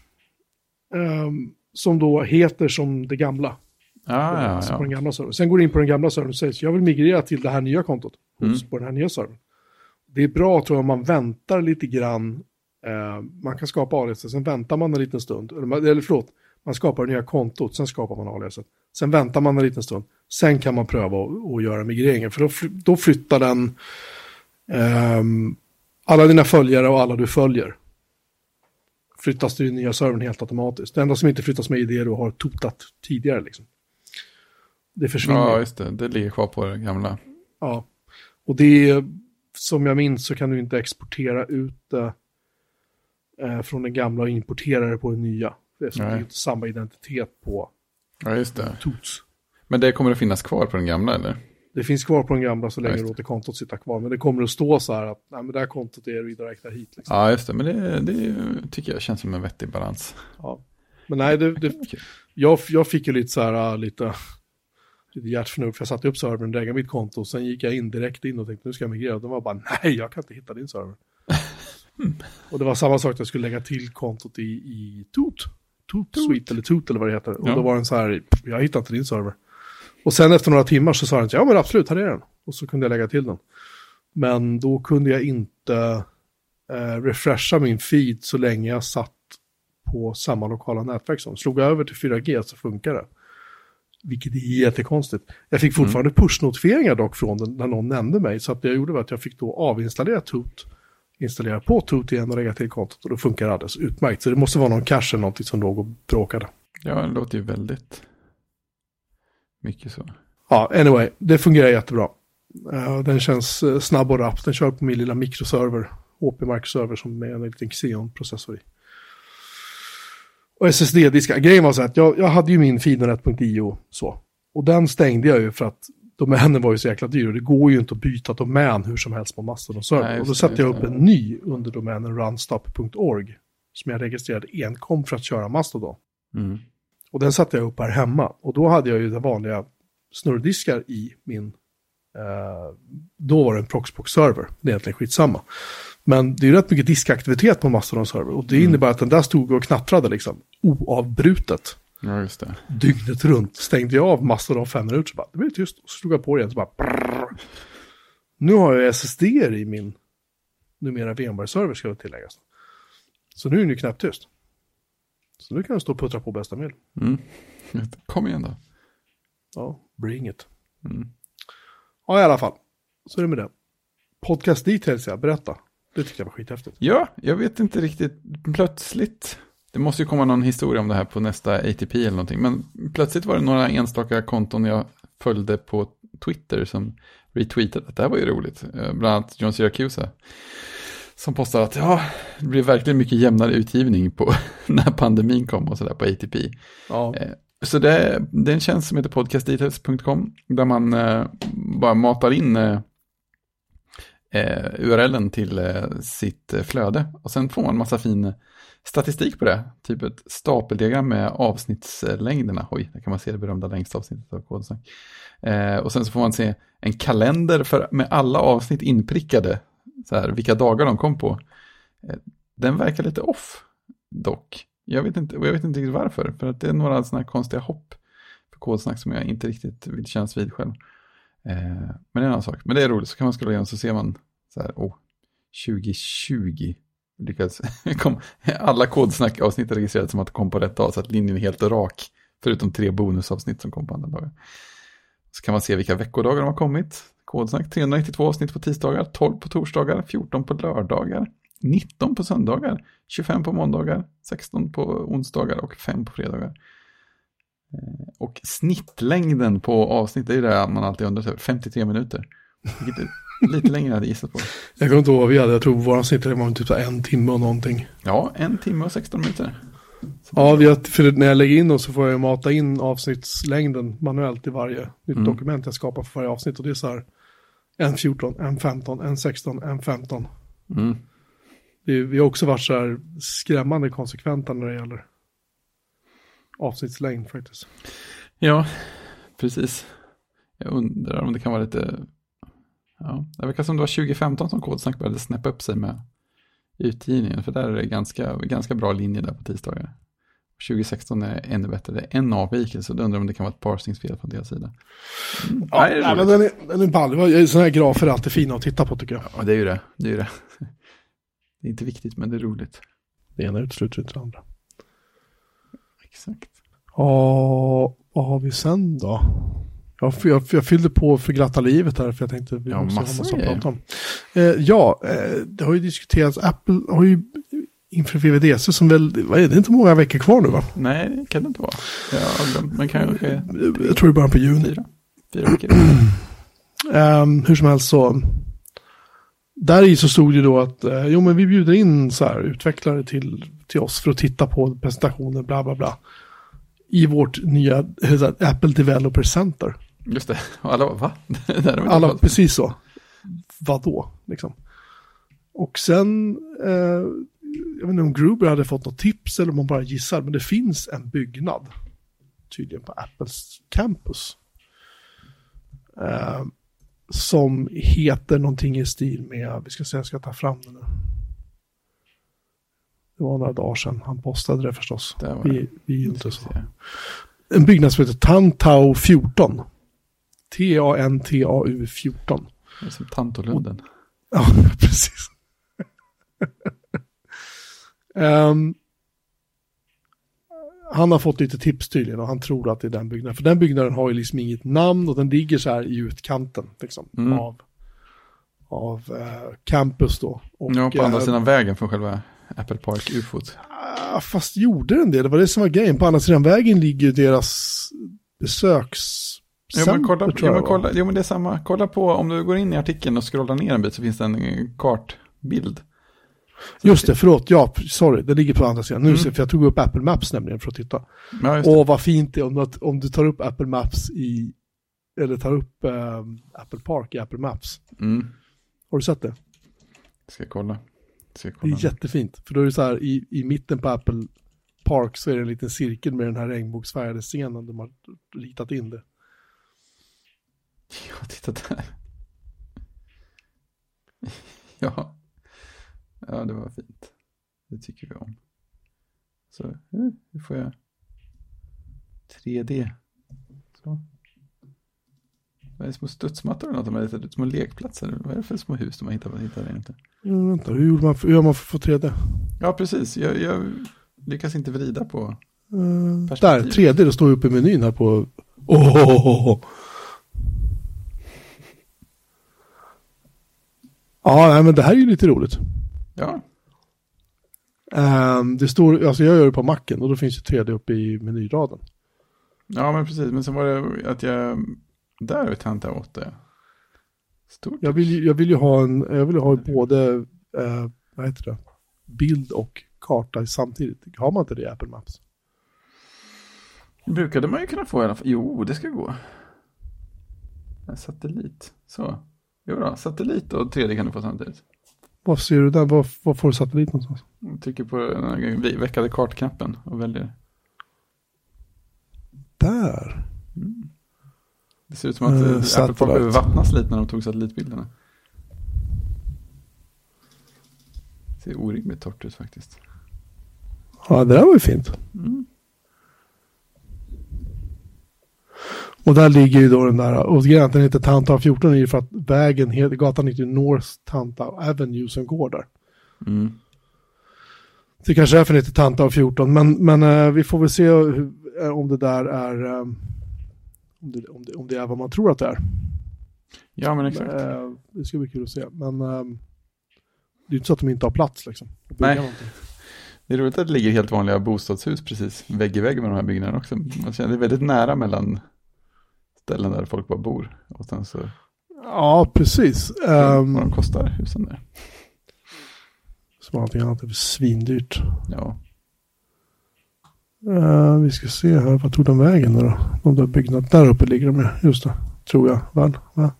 Som då heter som det gamla. Alltså på den gamla servern. Sen går du in på den gamla servern och säger jag vill migrera till det här nya kontot. På den här nya servern. Det är bra tror jag om man väntar lite grann. Man kan skapa aliaset. Sen väntar man en liten stund. Eller förlåt. Man skapar det nya kontot. Sen skapar man aliaset. Sen väntar man en liten stund. Sen kan man pröva att göra migreringen. För då flyttar den alla dina följare och alla du följer. Flyttas till den nya servern helt automatiskt. Det enda som inte flyttas med är det du har totat tidigare. Liksom. Det försvinner. Ja, just det. Det ligger kvar på det gamla. Ja. Och det som jag minns så kan du inte exportera ut det från den gamla och importera det på den nya. Det är inte samma identitet på just det. Tots. Men det kommer att finnas kvar på den gamla, eller? Det finns kvar på den gamla så länge du låter kontot sitta kvar. Men det kommer att stå så här att nej, men det här kontot är vidare räknar hit. Liksom. Ja, just det. Men det tycker jag känns som en vettig balans. Ja. Men nej, jag fick ju lite så här lite hjärtförnuft. För jag satte upp servern, dräggade mitt konto. Sen gick jag in direkt in och tänkte nu ska jag migrera. De var bara nej, jag kan inte hitta din server. Och det var samma sak att jag skulle lägga till kontot i Toot Suite eller Toot eller vad det heter. Och då var den så här, jag hittade inte din server. Och sen efter några timmar så sa den, ja men absolut, här är den. Och så kunde jag lägga till den. Men då kunde jag inte refresha min feed så länge jag satt på samma lokala nätverk som. Slog jag över till 4G så funkar det. Vilket är jättekonstigt. Jag fick fortfarande push-notifieringar dock från den när någon nämnde mig. Så att jag gjorde var att jag fick då avinstallera Toot. Installera på Toot igen och lägga till kontot. Och då funkar det alldeles utmärkt. Så det måste vara någon cache eller någonting som låg och bråkade. Ja, det låter ju väldigt mycket så. Ja, anyway. Det fungerar jättebra. Den känns snabb och rapp. Den kör på min lilla mikroserver. HP-markserver som är en liten Xeon-processor i. Och SSD-diskar. Grejen var så att jag hade ju min Fidonet.io så. Och den stängde jag ju för att domänen var ju så jäkla dyr. Och det går ju inte att byta domän hur som helst på Mastodon-server. Och då satte jag upp en ny under domänen runstop.org. Som jag registrerade enkom för att köra Mastodon. Och den satte jag upp här hemma. Och då hade jag ju den vanliga snurrdiskar i min... då var det en Proxbox-server. Det är egentligen skitsamma. Men det är ju rätt mycket diskaktivitet på Mastodon-server. Och det innebär att den där stod och knattrade liksom. Oavbrutet. Ja, just det. Dygnet runt. Stängde jag av Mastodon 5 minuter så bara, det blev tyst. Och så slog jag på det igen så bara... Brrr. Nu har jag SSD i min numera VMware-server ska jag tilläggas. Så nu är den ju knappt tyst. Så nu kan jag stå och puttra på bästa medel. Kom igen då. Ja, bring it. Ja, i alla fall. Så är det med det. Podcast details, berätta. Det tycker jag var skithäftigt. Ja, jag vet inte riktigt. Plötsligt. Det måste ju komma någon historia om det här på nästa ATP eller någonting. Men plötsligt var det några enstaka konton jag följde på Twitter som retweetade att det här var ju roligt. Bland annat John Syracuse. Som postade att det blir verkligen mycket jämnare utgivning på när pandemin kom och sådär på ATP. Ja. Så det är en tjänst som heter podcastdetails.com där man bara matar in URLen till sitt flöde. Och sen får man en massa fin statistik på det. Typ ett stapeldiagram med avsnittslängderna. Oj, där kan man se det berömda längsta avsnittet av Kodsnack. Och sen så får man se en kalender med alla avsnitt inprickade. Så här, vilka dagar de kom på. Den verkar lite off dock. Jag vet inte riktigt varför. För att det är några sådana här konstiga hopp på Kodsnack som jag inte riktigt vill kännas vid själv. Men det är en annan sak. Men det är roligt. Så kan man scrolla igenom så ser man så här, 2020 lyckades kom alla Kodsnack-avsnitt registrerade som att det kom på rätt dag, så att linjen är helt rak, förutom 3 bonusavsnitt som kom på andra dagar. Så kan man se vilka veckodagar de har kommit. Kodsnack 392 avsnitt på tisdagar, 12 på torsdagar, 14 på lördagar, 19 på söndagar, 25 på måndagar, 16 på onsdagar och 5 på fredagar. Och snittlängden på avsnitt, det är det man alltid undrar, 53 minuter. Vilket är lite längre än jag hade gissat på. Jag kommer inte ihåg vad vi hade, jag tror våran snittare var typ 1 timme och någonting. Ja, 1 timme och 16 minuter. Ja, för när jag lägger in dem så får jag mata in avsnittslängden manuellt i varje nytt dokument jag skapar för varje avsnitt. Och det är så här 1.14, 1.15, 1.16, 1.15. Vi har också varit så här skrämmande konsekventa när det gäller avsnittslängd faktiskt. Ja, precis. Jag undrar om det kan vara lite... Ja, det verkar som det var 2015 som Kodsnack började snäppa upp sig med utgivningen. För där är det ganska bra linje där på tisdagar. 2016 är ännu bättre. Det är en avvikelse. Då undrar jag om det kan vara ett parsingsfel från deras sida. Ja, men den är ball. Sådana här grafer är alltid fina att titta på tycker jag. Ja, det är ju det. Det är inte viktigt, men det är roligt. Det ena utesluter inte det andra. Exakt. Ja, vad har vi sen då? Jag fyllde på för glatta livet här för jag tänkte vi måste ha massa att prata om. Det har ju diskuterats. Apple har ju inför VVDC som väl, vad är det, inte många veckor kvar nu va? Nej, det kan det inte vara. Men kanske... Jag tror det är bara på juni. 4 veckor. Hur som helst så där i så stod det då att men vi bjuder in så här utvecklare till oss för att titta på presentationer bla bla bla i vårt nya Apple Developer Center. Just det. Och alla va? Alla precis så. Vadå liksom. Och sen jag vet inte om Gruber hade fått något tips eller om man bara gissar, men det finns en byggnad tydligen på Apples campus som heter någonting i stil med, jag ska ta fram den nu. Det var några dagar sedan. Han postade det förstås. Vi är inte så. En byggnad som heter Tantau 14. Tantau 14. Det är som Tantolunden. Ja, precis. Han har fått lite tips tydligen och han tror att det är den byggnaden. För den byggnaden har ju liksom inget namn och den ligger så här i utkanten liksom, av campus då. Och, ja, på andra sidan vägen från själva Apple Park UFOt. Fast gjorde den det? Det var det som var grejen. På andra sidan vägen ligger deras besökscenter. Jo, men det är samma. Kolla på, om du går in i artikeln och scrollar ner en bit så finns det en kartbild. Just det, förlåt. Ja, sorry. Det ligger på andra sidan. Nu för jag tog upp Apple Maps nämligen för att titta. Ja, och vad fint det är om du tar upp Apple Maps eller tar upp Apple Park i Apple Maps. Har du sett det? Ska jag kolla. Det är jättefint. För då är det så här, i mitten på Apple Park så är det en liten cirkel med den här regnbågsfärgade scenen. De har ritat in det. Ja, titta där. Ja, det var fint. Det tycker vi om. Så, nu får jag 3D. Så. Vad är det, små studsmattor eller något? De är små lekplatser. Vad är det för små hus de har hittat där inte? Vänta, hur gör man för att få 3D? Ja, precis. Jag lyckas inte vrida på där, 3D, det står uppe i menyn här på... Ja, nej, men det här är ju lite roligt. Ja. Det står, alltså jag gör det på Macen och då finns det 3D uppe i menyraden. Ja, men precis. Men sen var det att jag... Där är Tantau 8. Stort. Jag vill ju ha både vad heter det? Bild och karta samtidigt. Har man inte det i Apple Maps? Brukade man ju kunna få i alla fall. Jo, det ska gå. En satellit. Så. Jo då, satellit och 3D kan du få samtidigt. Vad ser du där? Vad får du satellit någonstans? Jag trycker på den veckade kartknappen och väljer. Där. Det ser ut som att Apple Park behöver vattnas lite när de tog satellitbilderna. Det ser orimligt torrt ut faktiskt. Ja, det där var ju fint. Och där ligger ju då den där, och den heter Towntown 14 är ju för att gatan heter North Towntown Avenue som går där. Det kanske är för att det heter Towntown 14, men vi får väl se om det där är om det är vad man tror att det är. Ja, men exakt. Det ska bli kul att se, men det är inte så att de inte har plats liksom. Nej. Det är roligt att det ligger helt vanliga bostadshus precis vägg i vägg med de här byggnaderna också. Man känner det är väldigt nära mellan ställen där folk bara bor. Och sen så... Ja, precis. Vad de kostar husen där. Som allting annat är svindyrt. Ja. Vi ska se här, vad tog den vägen då? De där byggnaderna, där uppe ligger de med, just det, tror jag, väl? Va?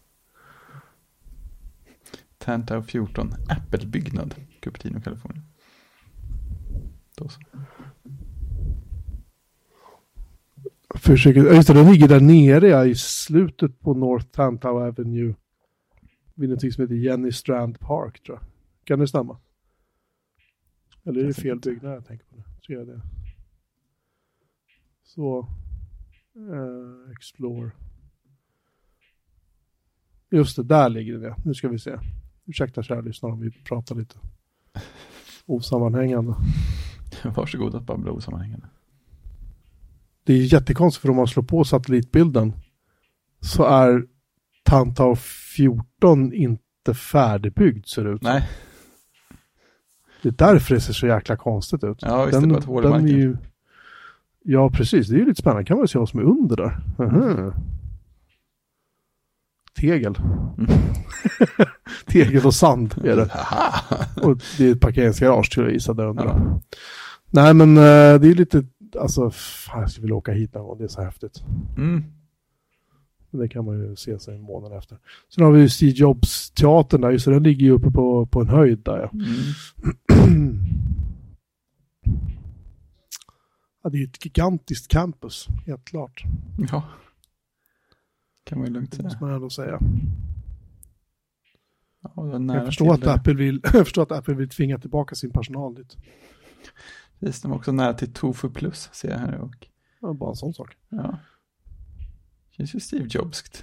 Towntown 14, Apple-byggnad, Cupertino, Kalifornien. Då så. Just det, den ligger där nere i slutet på North Towntown Avenue vid någonting som heter Jenny Strand Park, tror jag. Kan det stämma? Eller är det fel byggnad jag tänker på det? Tror jag det. Så Explore. Just det, där ligger det. Nu ska vi se. Ursäkta kära lyssnare om vi pratar lite osammanhängande. Varsågod att babbla osammanhängande. Det är jättekonstigt för om man slår på satellitbilden så är Towntown 14 inte färdigbyggd, ser det ut. Nej. Det är därför det ser så jäkla konstigt ut. Ja, visst, det är bara ett hål i marken. Ja, precis. Det är ju lite spännande. Kan man se vad som är under där. Tegel. Tegel och sand är det. Och det är ett parkeringsgarage till att visa där under. Ja. Nej, men det är lite... Alltså, fan, jag skulle vilja åka hit någon gång. Det är så häftigt. Men det kan man ju se sig en månad efter. Sen har vi ju Steve Jobs teatern där. Så den ligger ju uppe på en höjd där. Ja. Ja, det är ett gigantiskt campus, helt klart. Ja, kan man ju lugnt säga. Det måste man ändå säga. Ja, jag förstår att Apple vill tvinga tillbaka sin personal dit. Precis, de är också nära till Tofu Plus, ser jag här. Och... Ja, bara en sån sak. Ja. Känns ju Steve Jobskt.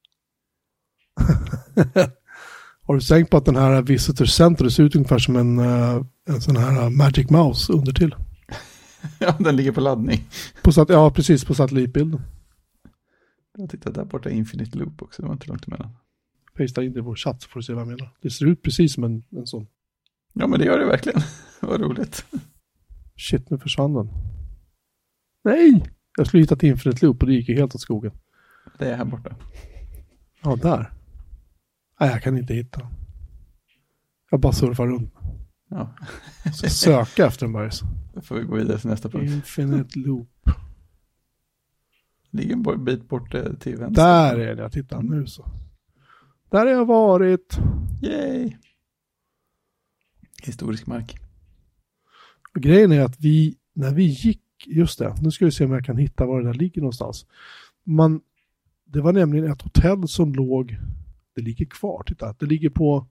Har du tänkt på att den här Visitor Center ser ut ungefär som en sån här Magic Mouse under till? Ja, den ligger på laddning. Ja, precis, på satellitbilden. Jag tittar där borta Infinite Loop också, det var inte långt emellan. Pasta in det i vår chatt så får du se vad jag menar. Det ser ut precis som en sån. Ja, men det gör det verkligen. Vad roligt. Shit, nu försvann den. Nej! Jag skulle hitta till Infinite Loop och det gick ju helt åt skogen. Det är här borta. Ja, där. Nej, jag kan inte hitta. Jag bara surfar runt. Ja. Så söka efter den bara. Då får vi gå vidare till nästa punkt. Infinite Loop. Ligger en bit bort till vänster. Där är det, jag tittar nu så. Där har jag varit. Yay! Historisk mark. Och grejen är att när vi gick, just det, nu ska vi se om jag kan hitta var det där ligger någonstans. Det var nämligen ett hotell som det ligger kvar, titta, det ligger på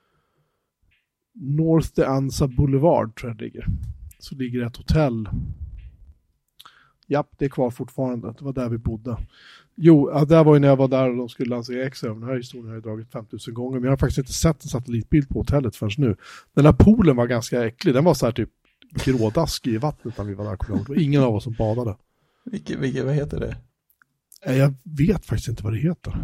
North de Anza Boulevard tror jag det ligger. Så ligger det ett hotell. Japp, det är kvar fortfarande. Det var där vi bodde. Jo, där var ju när jag var där och de skulle lansera X-Över. Den här historien har jag dragit 5000 gånger. Men jag har faktiskt inte sett en satellitbild på hotellet förrän nu. Den här poolen var ganska äcklig. Den var så här typ grådask i vattnet när vi var där. Det var ingen av oss som badade. Vad heter det? Jag vet faktiskt inte vad det heter.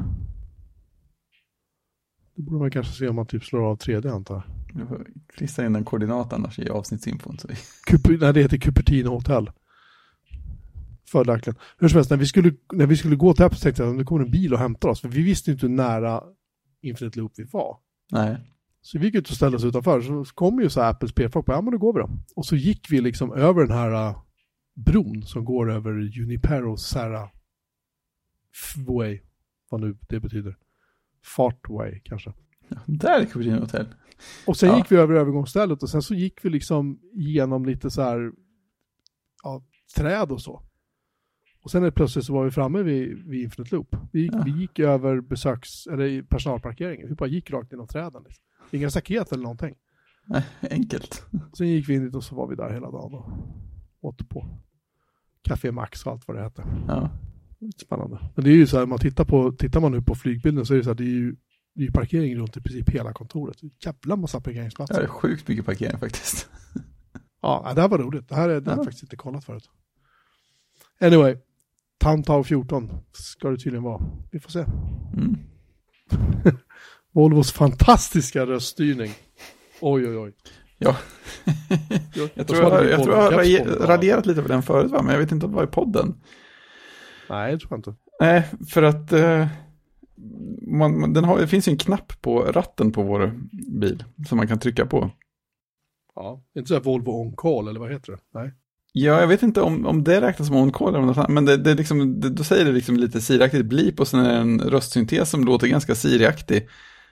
Det borde man kanske se om man typ slår av 3D antar jag. Du får klistra in en koordinat annars i avsnittsinfon. Nej, det heter Cupertino Hotel. Fördelaktigt. Hur som helst, när vi skulle gå till Apple tänkte jag att det kommer en bil och hämtar oss. För vi visste inte hur nära Infinite Loop vi var. Nej. Så vi gick ut och ställde oss utanför. Så kom ju så här Apples PR-folk på, ja men då går vi då. Och så gick vi liksom över den här bron som går över Junipero Serra Way. Vad nu det betyder. Fartway kanske. Ja, där är Cupertino Hotel. Och sen gick vi över övergångsstället och sen så gick vi liksom igenom lite så här träd och så. Och sen plötsligt så var vi framme vid Infinite Loop. Vi gick över eller personalparkeringen. Vi bara gick rakt genom träden. Liksom. Inga staket eller någonting. Nej, enkelt. Sen gick vi in dit och så var vi där hela dagen och åt på Café Max och allt vad det hette. Ja. Spännande. Men det är ju så här, tittar man nu på flygbilden så är det så här, det är ju parkering runt i princip hela kontoret. Jävla massa parkeringsplatser. Ja, det är sjukt mycket parkering faktiskt. Ja, det här var roligt. Det här har jag faktiskt inte kollat förut. Anyway, Tantau 14 ska det tydligen vara. Vi får se. Mm. Volvos fantastiska röststyrning. Oj. Ja. jag tror jag har raderat lite på den förut, va? Men jag vet inte om det var i podden. Nej, jag tror inte. Nej, för att det finns ju en knapp på ratten på vår bil som man kan trycka på. Ja, inte så här Volvo On Call eller vad heter det? Nej. Ja, jag vet inte om det räknas som On Call eller något annat, men det liksom, då säger det liksom lite Siri-aktigt blip och sen är det en röstsyntes som låter ganska Siri-aktig.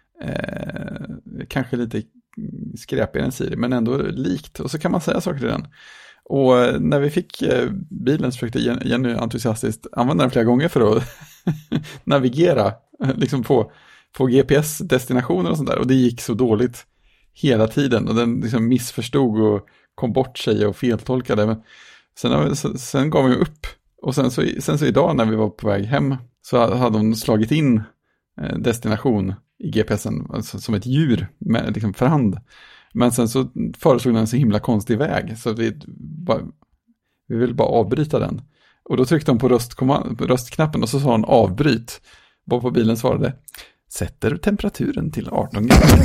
Kanske lite skräpigare än Siri, men ändå likt. Och så kan man säga saker till den. Och när vi fick bilen så försökte Jenny entusiastiskt använda den flera gånger för att navigera liksom på GPS-destinationer och sånt där. Och det gick så dåligt hela tiden. Och den liksom missförstod och kom bort sig och feltolkade. Men sen gav vi upp. Och sen så idag när vi var på väg hem så hade hon slagit in destination i GPSen alltså som ett djur med, liksom för hand. Men sen så föreslog den en så himla konstig väg så vi vill bara avbryta den. Och då tryckte hon på röstknappen och så sa hon avbryt. Bara på bilen svarade sätter temperaturen till 18 grader.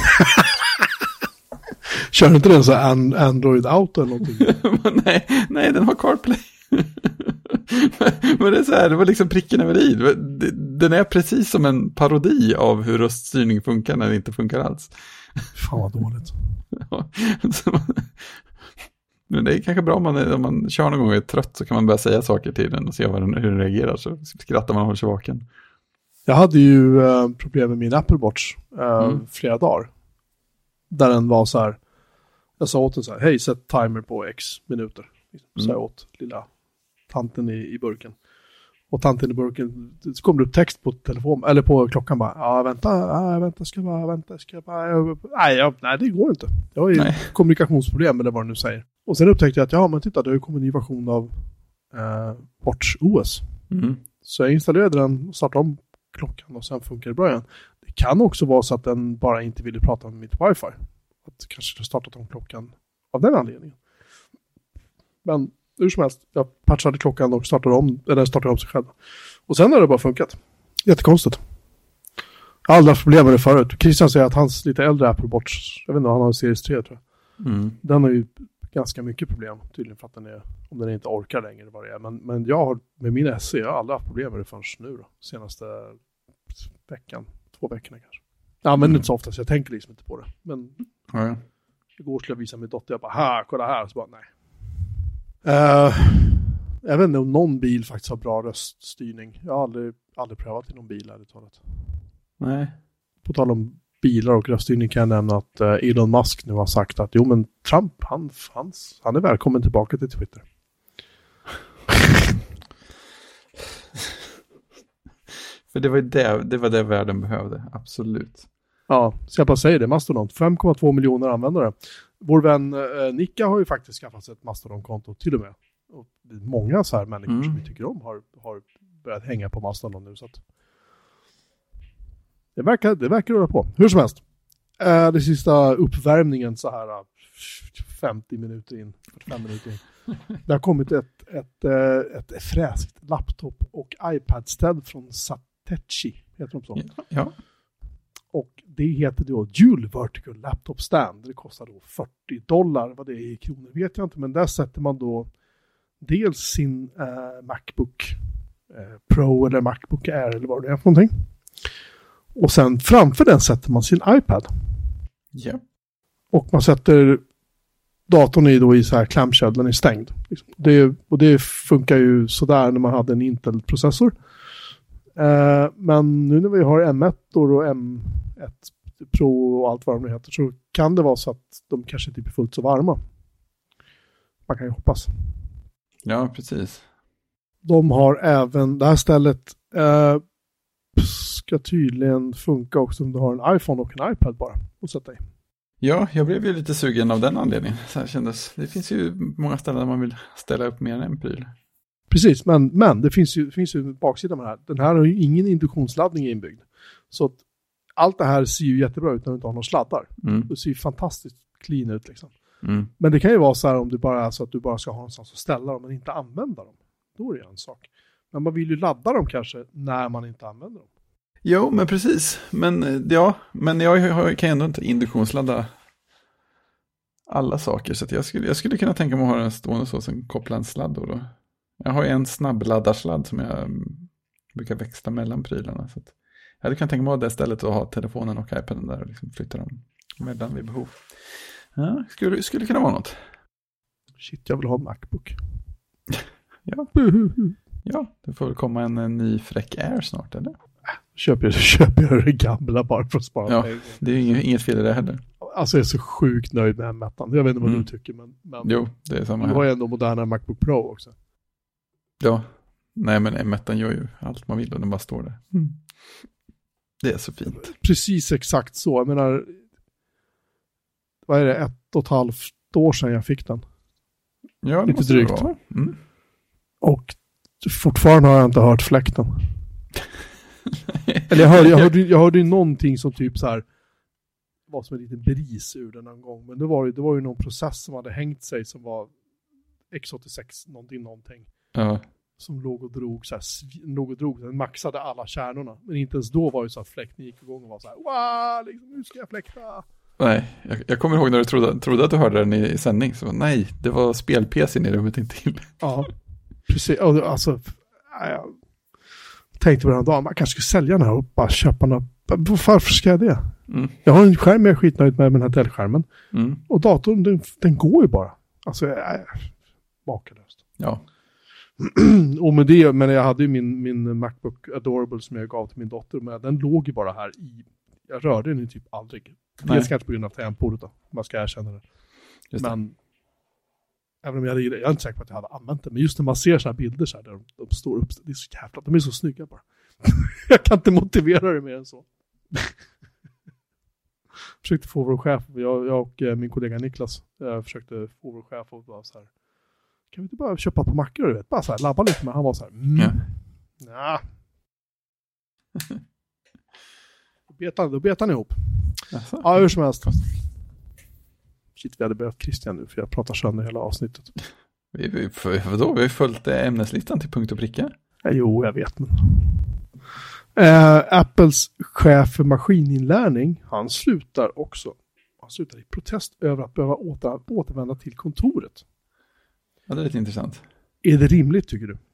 Kör inte den så Android Auto eller någonting? nej, den har CarPlay. Men det är så här, det var liksom pricken över i. Den är precis som en parodi av hur röststyrning funkar när det inte funkar alls. Fan vad dåligt. Ja, men det är kanske bra om man kör någon gång och är trött så kan man börja säga saker till den och se hur den reagerar, så skrattar man och håller sig vaken. Jag hade ju problem med min Apple Watch flera dagar. Där den var så här, jag sa åt den så här, hej, sätt timer på X minuter. Så jag åt lilla tanten i burken. Och tanten i burken, så kom det upp text på telefon eller på klockan bara, vänta, ska jag bara, nej, det går inte. Jag har ju kommunikationsproblem eller vad du nu säger. Och sen upptäckte jag att, men titta, det har ju kommit en ny version av Watch OS. Så jag installerade den och startade om klockan och sen funkar det bra igen. Det kan också vara så att den bara inte ville prata med mitt wifi. Att kanske har startat om klockan av den anledningen. Men hur som helst, jag patchade klockan och startade om sig själv. Och sen har det bara funkat. Jättekonstigt. Jag har aldrig haft problem med det förut. Christian säger att hans lite äldre Apple Watch, jag vet inte, han har Series 3 tror jag. Den har ju ganska mycket problem tydligen för att om den inte orkar längre vad det är. Men jag har med min SE, jag har aldrig haft problem med det förrän nu då. Senaste veckan, 2 veckorna kanske. Jag använder inte så ofta så jag tänker liksom inte på det. Men igår skulle jag visa min dotter, jag bara, kolla här. Så bara, nej. Jag vet inte om någon bil faktiskt har bra röststyrning. Jag har aldrig prövat i någon bil ärligt talat. Nej. På tal om bilar och röststyrning kan jag nämna att Elon Musk nu har sagt att men Trump, han är välkommen tillbaka till Twitter. För det var det världen behövde, absolut. Ja, så jag bara säger det, Mastodon, 5,2 miljoner användare. Vår vän Nika har ju faktiskt skaffat sig ett Mastodon-konto till och med. Och många så här människor som vi tycker om har börjat hänga på Mastodon nu. Så att det verkar röra på. Hur som helst. Det sista uppvärmningen så här 50 minuter in, 45 minuter in. Det har kommit ett fräsigt laptop- och iPad-ställ från Satechi, heter de så? Ja. Och det heter då Dual Vertical Laptop Stand. Det kostar då $40. Vad det är i kronor vet jag inte. Men där sätter man då dels sin Macbook Pro eller Macbook Air eller vad det är för någonting. Och sen framför den sätter man sin iPad. Ja. Och man sätter datorn i så här clamshell, den är stängd. Det funkar ju sådär när man hade en Intel-processor. Men nu när vi har M1 och M1 Pro och allt vad de nu heter så kan det vara så att de kanske inte blir fullt så varma. Man kan ju hoppas. Ja, precis. De har även, det här stället ska tydligen funka också om du har en iPhone och en iPad bara att sätta i. Ja, jag blev ju lite sugen av den anledningen. Så här kändes, det finns ju många ställen där man vill ställa upp mer än en pryl. Precis, men det finns ju en baksida med det här. Den här har ju ingen induktionsladdning inbyggd. Så att allt det här ser ju jättebra ut när du inte har några sladdar. Det ser ju fantastiskt clean ut liksom. Men det kan ju vara så här om det bara är så att du bara ska ha någonstans att ställa dem men inte använda dem. Då är det en sak. Men man vill ju ladda dem kanske när man inte använder dem. Jo, men precis. Men jag kan ändå inte induktionsladda alla saker. Så att jag skulle kunna tänka mig att ha den stående så som koppla en sladd då. Jag har ju en snabbladdarsladd som jag brukar växla mellan prylarna. Så att jag hade kunnat tänka mig att ha det stället och ha telefonen och iPaden där och liksom flytta dem mellan vid behov. Ja, skulle kunna vara något. Shit, jag vill ha en MacBook. Ja. Ja, det får väl komma en ny fräck Air snart, eller? Köper jag det gamla bara för att spara pengar. Det är inget fel i det heller. Alltså jag är så sjukt nöjd med M1. Jag vet inte vad du tycker, men jo, det är samma här. Du har ju ändå moderna MacBook Pro också. Ja, nej men M1 gör ju allt man vill och den bara står där. Det är så fint. Precis exakt så. Jag menar, vad är det? 1,5 år sedan jag fick den. Ja, lite drygt. Och fortfarande har jag inte hört fläkten. Eller jag hörde ju någonting som typ så här var som en liten bris ur den någon gång. Men det var ju någon process som hade hängt sig som var x86 någonting. Ja. Som låg och drog. Den maxade alla kärnorna. Men inte ens då var det så att fläkten gick igång och var så här, wow, liksom, nu ska jag fläkta. Nej, jag kommer ihåg när du trodde att du hörde den i sändning. Så nej, det var spel-PC:n i rummet intill. Ja, precis. Alltså, jag tänkte på den här dagen, man kanske skulle sälja den här och bara köpa några. Varför ska jag det? Jag har en skärm, jag är skitnöjd med den här Dell-skärmen. Och datorn, den går ju bara. Alltså, jag är makalöst. Ja. Och med det, men jag hade ju min MacBook Adorable som jag gav till min dotter, men den låg ju bara här i. Jag rörde den ju typ aldrig. Dels kanske på grund av tangentbordet då. Man ska erkänna det. Men även om jag är inte säker på att jag hade använt det. Men just när man ser så här bilder så här, där de står upp. Det är så jävla, de är så snygga bara. Jag kan inte motivera det mer än så. Försökte få vår chef. Jag och min kollega Niklas försökte få vår chef och bara så här. Kan vi inte bara köpa på mackor, du vet? Bara så här, labba lite med. Han var så här. Ja. Då bet han ihop. Alltså. Ja, hur som helst. Shit, vi hade behövt Christian nu för jag pratar sönder hela avsnittet. Vi har följt ämneslistan till punkt och pricka. Jo, jag vet. Men... Apples chef för maskininlärning, han slutar i protest över att behöva återvända till kontoret. Ja, det är lite intressant. Är det rimligt, tycker du?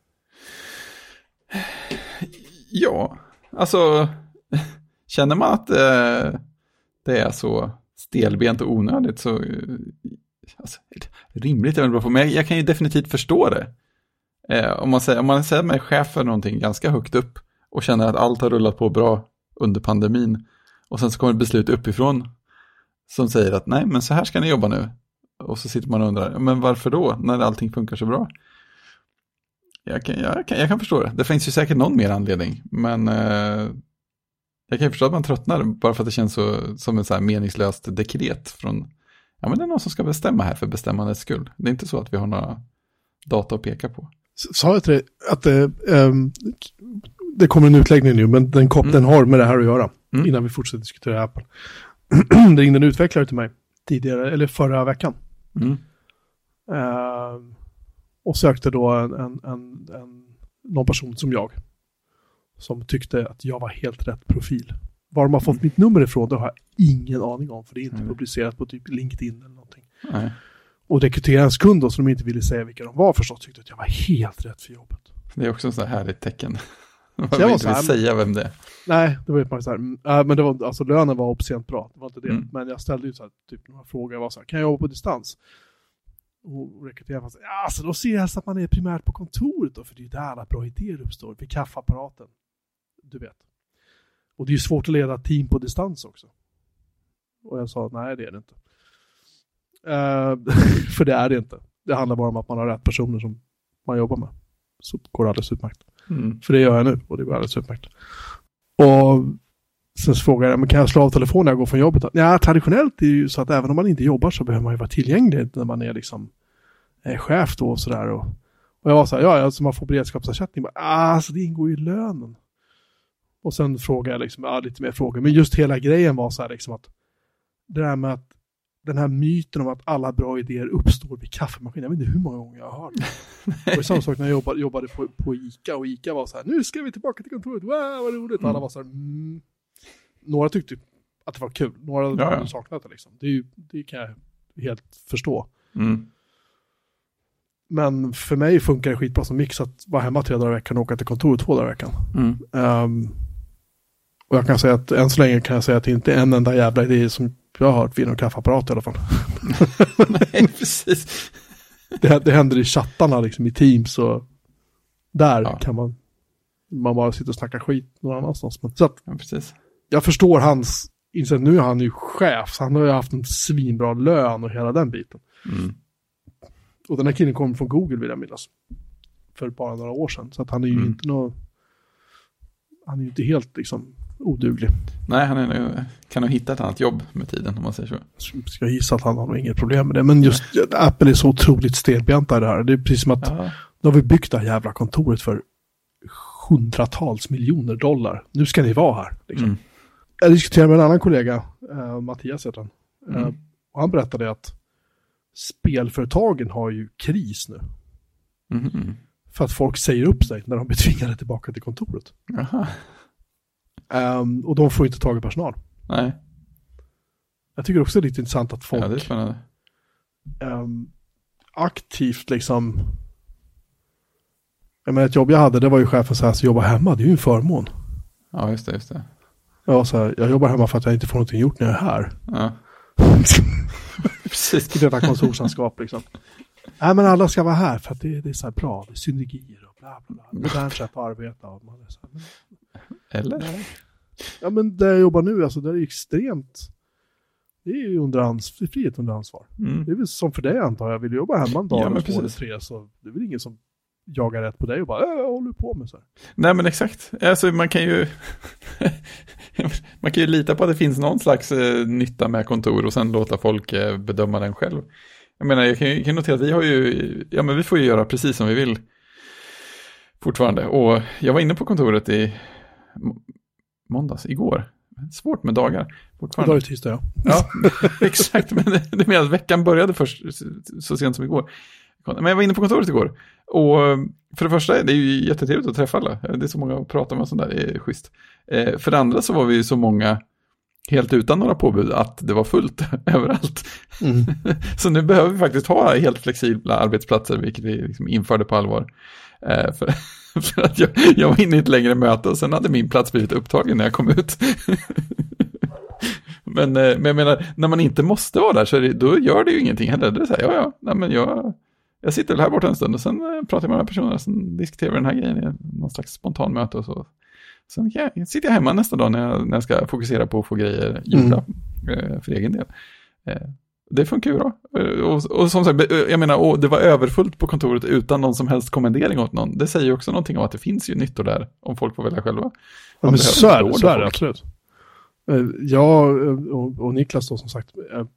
Ja, alltså känner man att det är så stelbent och onödigt så alltså, rimligt är väl bra på, men jag kan ju definitivt förstå det. Om man säger att man är chef för någonting ganska högt upp och känner att allt har rullat på bra under pandemin och sen så kommer ett beslut uppifrån som säger att nej, men så här ska ni jobba nu. Och så sitter man och undrar, men varför då när allting funkar så bra? Jag kan förstå det. Det finns ju säkert någon mer anledning, men jag kan ju förstå att man tröttnar bara för att det känns som en så här meningslöst dekret från, ja men det är någon som ska bestämma här för bestämmandets skull. Det är inte så att vi har några data att peka på. Sa jag till dig att det kommer en utläggning nu, men den har med det här att göra innan vi fortsätter diskutera Apple. Det ringde en utvecklare till mig tidigare, eller förra veckan. Och sökte då någon person som jag som tyckte att jag var helt rätt profil. Var de har fått mitt nummer ifrån, det har jag ingen aning om, för det är inte publicerat på typ LinkedIn eller någonting. Nej. Och rekryterarens kund då, som de inte ville säga vilka de var förstås, tyckte att jag var helt rätt för jobbet. Det är också en sån här härligt tecken. Man vill inte säga vem det är. Nej, det var ju bara så här. Men det var, alltså lönen var obscent bra, det var inte det. Men jag ställde ju så här, typ några frågor, jag var så här, kan jag jobba på distans? Och rekryteraren var så här, ja, så då ser jag att man är primärt på kontoret då, för det är där alla bra idéer uppstår, vid kaffeapparaten. du vet. Och det är ju svårt att leda team på distans också. Och jag sa, nej det är det inte. För det är det inte. Det handlar bara om att man har rätt personer som man jobbar med. Så går det alldeles utmärkt. För det gör jag nu och det går alldeles utmärkt. Och sen så frågar jag, men kan jag slå av telefonen när jag går från jobbet? Ja, traditionellt är det ju så att även om man inte jobbar så behöver man ju vara tillgänglig när man är liksom chef då och sådär. Och jag var så här, alltså man får beredskapsersättning. Alltså det ingår ju i lönen. Och sen frågar jag liksom, lite mer frågor. Men just hela grejen var så här liksom att det där med att den här myten om att alla bra idéer uppstår vid kaffemaskinen. Jag vet inte hur många gånger jag har hört det. Och samma sak när jag jobbade på ICA. Och ICA var så här, nu ska vi tillbaka till kontoret. Wow, vad roligt. Alla var så här, Några tyckte att det var kul. Några saknade det liksom. Det kan jag helt förstå. Men för mig funkar det skitbra som mix att vara hemma 3 dagar i veckan och åka till kontoret 2 dagar i veckan. Och jag kan säga att än så länge kan jag säga att det inte är en enda jävla idé som jag har hört vid någon kaffeapparat i alla fall. Nej, precis. Det händer i chattarna liksom i Teams och där kan man bara sitta och snacka skit någon annanstans. Så att, precis. Jag förstår hans inställning. Nu är han ju chef så han har ju haft en svinbra lön och hela den biten. Och den här killen kommer från Google vill jag minnas. För bara några år sedan. Så att han är ju han är ju inte helt liksom oduglig. Nej, han kan nog hitta ett annat jobb med tiden om man säger så. Jag ska gissa att han har nog inget problem med det. Men just Apple är så otroligt stelbenta i det här. Det är precis som att då har vi byggt det här jävla kontoret för hundratals miljoner dollar. Nu ska ni vara här. Liksom. Jag diskuterade med en annan kollega, Mattias heter han. Och han berättade att spelföretagen har ju kris nu. För att folk säger upp sig när de blir tvingade tillbaka till kontoret. Och de får inte tag i personal. Nej. Jag tycker också det är lite intressant att folk det är spännande. Aktivt liksom. Jag menar ett jobb jag hade, det var ju chefen så här, så jobba hemma, det är ju en förmån. Ja, just det. Ja, så här, jag jobbar hemma för att jag inte får någonting gjort när jag är här. Ja. Precis. I detta kontorslandskap liksom. Nej, men alla ska vara här för att det är så här bra. Det är synergier och bla bla bla. Modernt sätt att arbeta. Och man är så här, eller? Ja, men där jag jobbar nu, alltså det är extremt. Det är ju frihet under ansvar. Det är väl som för dig antar jag. Vill du jobba hemma en dag eller 3 så det är väl ingen som jagar rätt på dig och bara jag håller på med så här. Nej, men exakt. Alltså man kan ju lita på att det finns någon slags nytta med kontor och sen låta folk bedöma den själv. Jag menar, jag kan notera att vi har ju, men vi får ju göra precis som vi vill fortfarande. Och jag var inne på kontoret i igår. Svårt med dagar. Idag är tisdag, ja. Ja, exakt. Men det menar att veckan började först så sent som igår. Men jag var inne på kontoret igår. Och för det första, det är ju jättetrevligt att träffa alla. Det är så många att prata med och sånt där, det är schysst. För det andra så var vi ju så många helt utan några påbud att det var fullt överallt. Så nu behöver vi faktiskt ha helt flexibla arbetsplatser, vilket vi liksom införde på allvar. För att jag var inne i ett längre möte och sen hade min plats blivit upptagen när jag kom ut. Men jag menar, när man inte måste vara där så då gör det ju ingenting heller. Det är så här, men jag sitter väl här borta en stund och sen pratar jag med de här personerna och sen diskuterar vi den här grejen i någon slags spontan möte och så. Sen sitter jag hemma nästa dag när jag ska fokusera på att få grejer gjorda för egen del. Det funkar ju bra. Och som sagt, jag menar, det var överfullt på kontoret utan någon som helst kommendering åt någon. Det säger ju också någonting om att det finns ju nyttor där om folk får välja själva. Ja, men så är det absolut. Jag och Niklas då som sagt,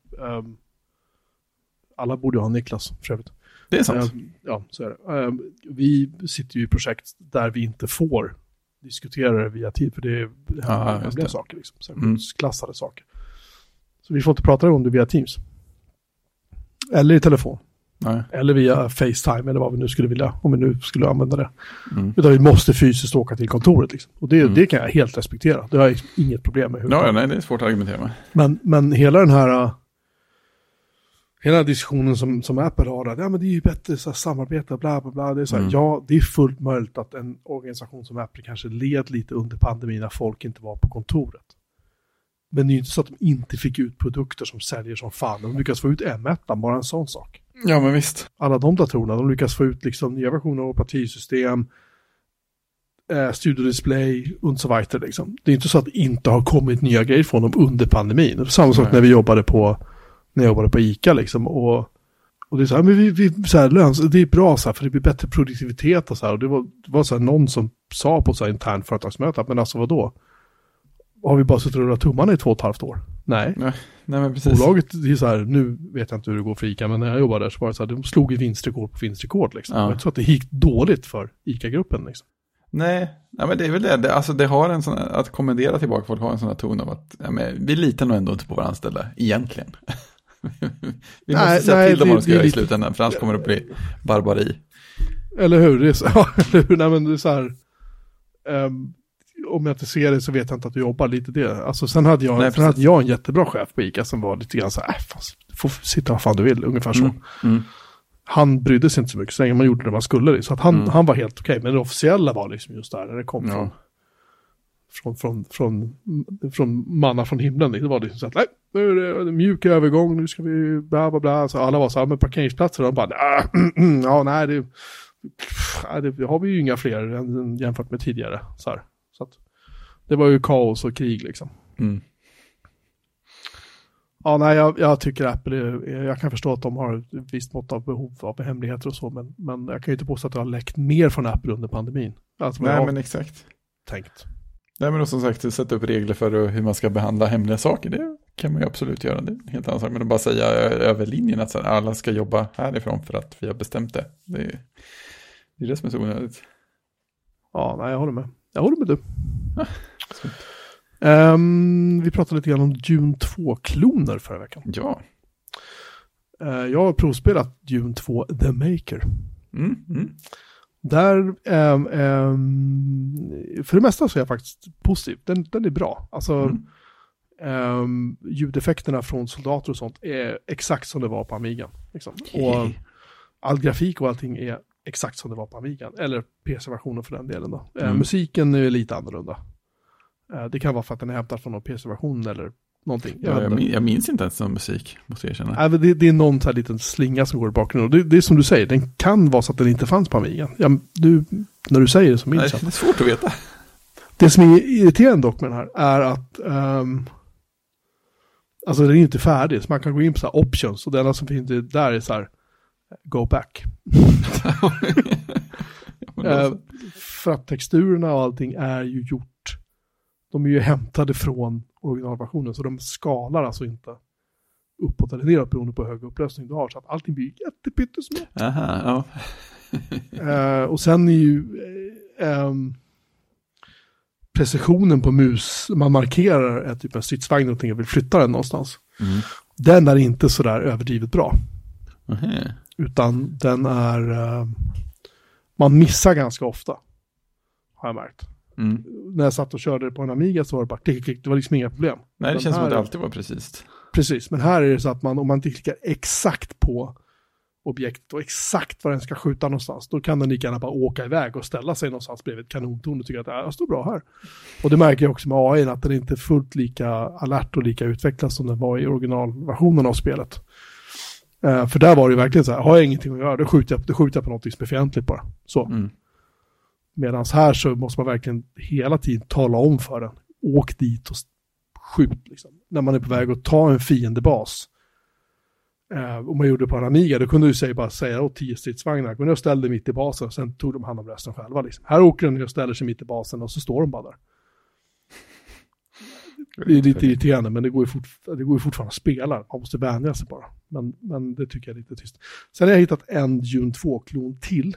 alla borde ha Niklas för övrigt. Det är sant. Ja, så är det. Vi sitter ju i projekt där vi inte får diskutera det via tid, för det är hemliga saker, liksom, klassade saker. Så vi får inte prata om det via Teams. Eller i telefon. Nej. Eller via FaceTime, eller vad vi nu skulle vilja, om vi nu skulle använda det. Utan vi måste fysiskt åka till kontoret. Liksom. Och det kan jag helt respektera. Det har jag inget problem med. Nej, det är svårt att argumentera med. Men hela den här diskussionen som Apple har, att men det är ju bättre så här, samarbete, bla bla bla. Det är så här, det är fullt möjligt att en organisation som Apple kanske led lite under pandemin när folk inte var på kontoret. Men det är ju inte så att de inte fick ut produkter som säljer som fan. De lyckas få ut M1, bara en sån sak. Ja, men visst. Alla de datorerna, de lyckas få ut liksom nya versioner av operativsystem. Studio Display och så vidare liksom. Det är inte så att det inte har kommit nya grejer från dem under pandemin. Det är samma sak när jag jobbade på ICA liksom, och det är så här, men vi så här, det är bra så här, för det blir bättre produktivitet och så här, och det var så här, någon som sa på så här intern företagsmöte, men alltså vadå? Har vi bara suttit och rullat tummarna i 2,5 år? Nej, men precis. Bolaget, det är så här, nu vet jag inte hur det går för ICA, men när jag jobbade där så var det så här, de slog i vinstrekord på vinstrekord liksom. Det var inte så att det gick dåligt för ICA-gruppen liksom. Nej, men det är väl det. Alltså det har en sån, att kommendera tillbaka folk har en sån här ton av att vi litar nog ändå inte på våra anställda, egentligen. Vi måste säga till dem vad de ska göra i slutändan, för annars kommer det att bli barbari. Eller hur? Det är så, eller hur? Nej, men det är så här, om jag inte ser det så vet jag inte att du jobbar lite det. Alltså sen hade jag en jättebra chef på ICA som var lite grann så här, du får sitta vad fan du vill, ungefär så. Han brydde sig inte så mycket så länge man gjorde det man skulle. Så att han var helt okej. Men det officiella var liksom just där när det kom från manna från himlen. Det var liksom så att nej, nu är det en mjuk övergång, nu ska vi bla bla bla. Så alla var så här med parkeringsplatser och de bara det har vi ju inga fler än jämfört med tidigare. Så att det var ju kaos och krig liksom. Ja, nej, jag tycker Apple jag kan förstå att de har ett visst mått av behov av hemligheter och så, men jag kan ju inte påstå att det har läckt mer från Apple under pandemin. Alltså, nej, men exakt. Tänkt. Nej, men som sagt, sätta upp regler för hur man ska behandla hemliga saker, det kan man ju absolut göra. Det är en helt annan sak, men att bara säga över linjen att så här, alla ska jobba härifrån för att vi har bestämt det. Det är det som är så onödigt. Ja, nej, jag håller med du. Vi pratade lite grann om Dune 2-kloner förra veckan. Ja. Jag har provspelat Dune 2 The Maker. Där, för det mesta så är jag faktiskt positiv. Den är bra. Alltså, ljudeffekterna från soldater och sånt är exakt som det var på Amiga. Liksom. Och all grafik och allting är exakt som det var på Amiga. Eller PC-versionen för den delen då. Musiken är lite annorlunda. Det kan vara för att den är hämtad från någon PC-version eller någonting. Jag minns inte ens någon musik, måste jag erkänna. Det är någon så här liten slinga som går i bakgrunden. Det är som du säger, den kan vara så att den inte fanns på Amiga. När du säger det så minns jag. Det är svårt att veta. Det som är irriterande dock med den här är att alltså den är inte färdig. Så man kan gå in på så här options och det enda som finns där är så här go back. För att texturerna och allting är ju gjort. De är ju hämtade från originalversionen, så de skalar alltså inte uppåt eller neråt beroende på hur hög upplösning du har, så att allting blir jättepyttesmått. Aha, ja. Och sen är ju precisionen på mus, man markerar typ en stridsvagn och vill flytta den någonstans. Den är inte så där överdrivet bra. Utan den är man missar ganska ofta, har jag märkt. När jag satt och körde på en Amiga så var det bara klick, det var liksom inga problem. Nej, det känns som att det alltid var precis. Precis, men här är det så att om man inte klickar exakt på objekt och exakt var den ska skjuta någonstans, då kan den lika gärna bara åka iväg och ställa sig någonstans bredvid ett kanontorn och tycka att jag står bra här. Och det märker jag också med AI, att den inte är fullt lika alert och lika utvecklad som den var i originalversionen av spelet. För där var det ju verkligen så här, har jag ingenting att göra, då skjuter jag på något som är fientligt bara. Så. Medan här så måste man verkligen hela tiden tala om för den. Åk dit och skjut. Liksom. När man är på väg att ta en fiendebas. Om man gjorde det på en Amiga, då kunde du bara säga åt 10 stridsvagnar. Men jag ställde mitt i basen och sen tog de hand om resten själva. Liksom. Här åker den och ställer sig mitt i basen och så står de bara där. Det är lite irriterande, men det går ju fortfarande att spela. Man måste vänja sig bara. Men det tycker jag är lite tyst. Sen har jag hittat en Dune 2-klon till.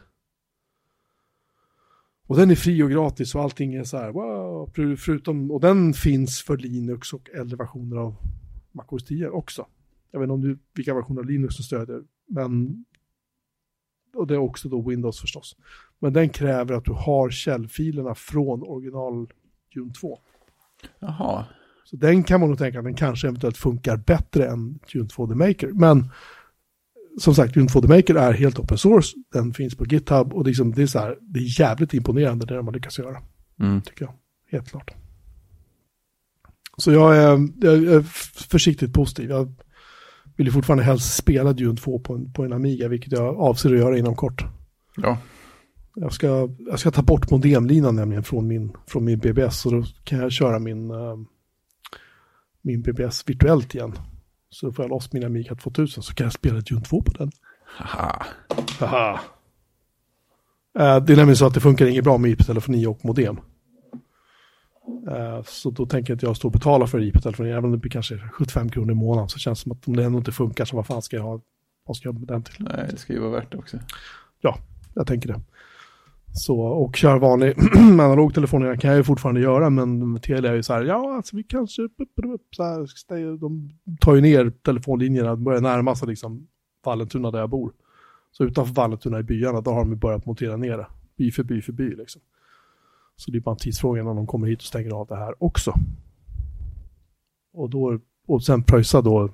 Och den är fri och gratis och allting är så här, wow, förutom, och den finns för Linux och äldre versioner av MacOS 10 också. Jag vet inte vilka versioner av Linux som stöder, men och det är också då Windows förstås. Men den kräver att du har källfilerna från original Dune 2. Jaha. Så den kan man nog tänka att den kanske eventuellt funkar bättre än Dune 2 The Maker. Men som sagt, Dune 2 The Maker är helt open source. Den finns på GitHub och liksom, det är så här, det är jävligt imponerande det man lyckas göra. Tycker jag. Helt klart. Så jag är försiktigt positiv. Jag vill ju fortfarande helst spela Dune 2 på en Amiga, vilket jag avser att göra inom kort. Ja. Jag ska ta bort modemlinan nämligen från min BBS, så då kan jag köra min BBS virtuellt igen. Så får jag loss min Amiga 2000 så kan jag spela Dune 2 på den. Haha. Det är nämligen så att det funkar inget bra med IP-telefoni och modem. Så då tänker jag att jag står och betalar för IP-telefoni, även om det blir kanske 75 kronor i månaden, så känns det som att om det ändå inte funkar, så vad fan ska jag med den till? Nej, det ska ju vara värt det också. Ja, jag tänker det. Så, och köra vanlig analog telefoner kan jag ju fortfarande göra, men Telia är ju så här, ja, alltså vi kanske så här, de tar ju ner telefonlinjerna, börjar närma sig liksom Vallentuna där jag bor. Så utanför Vallentuna i byarna, då har de börjat montera ner det. By för by liksom. Så det är bara en tidsfråga när de kommer hit och stänger av det här också. Och sen pröjsa då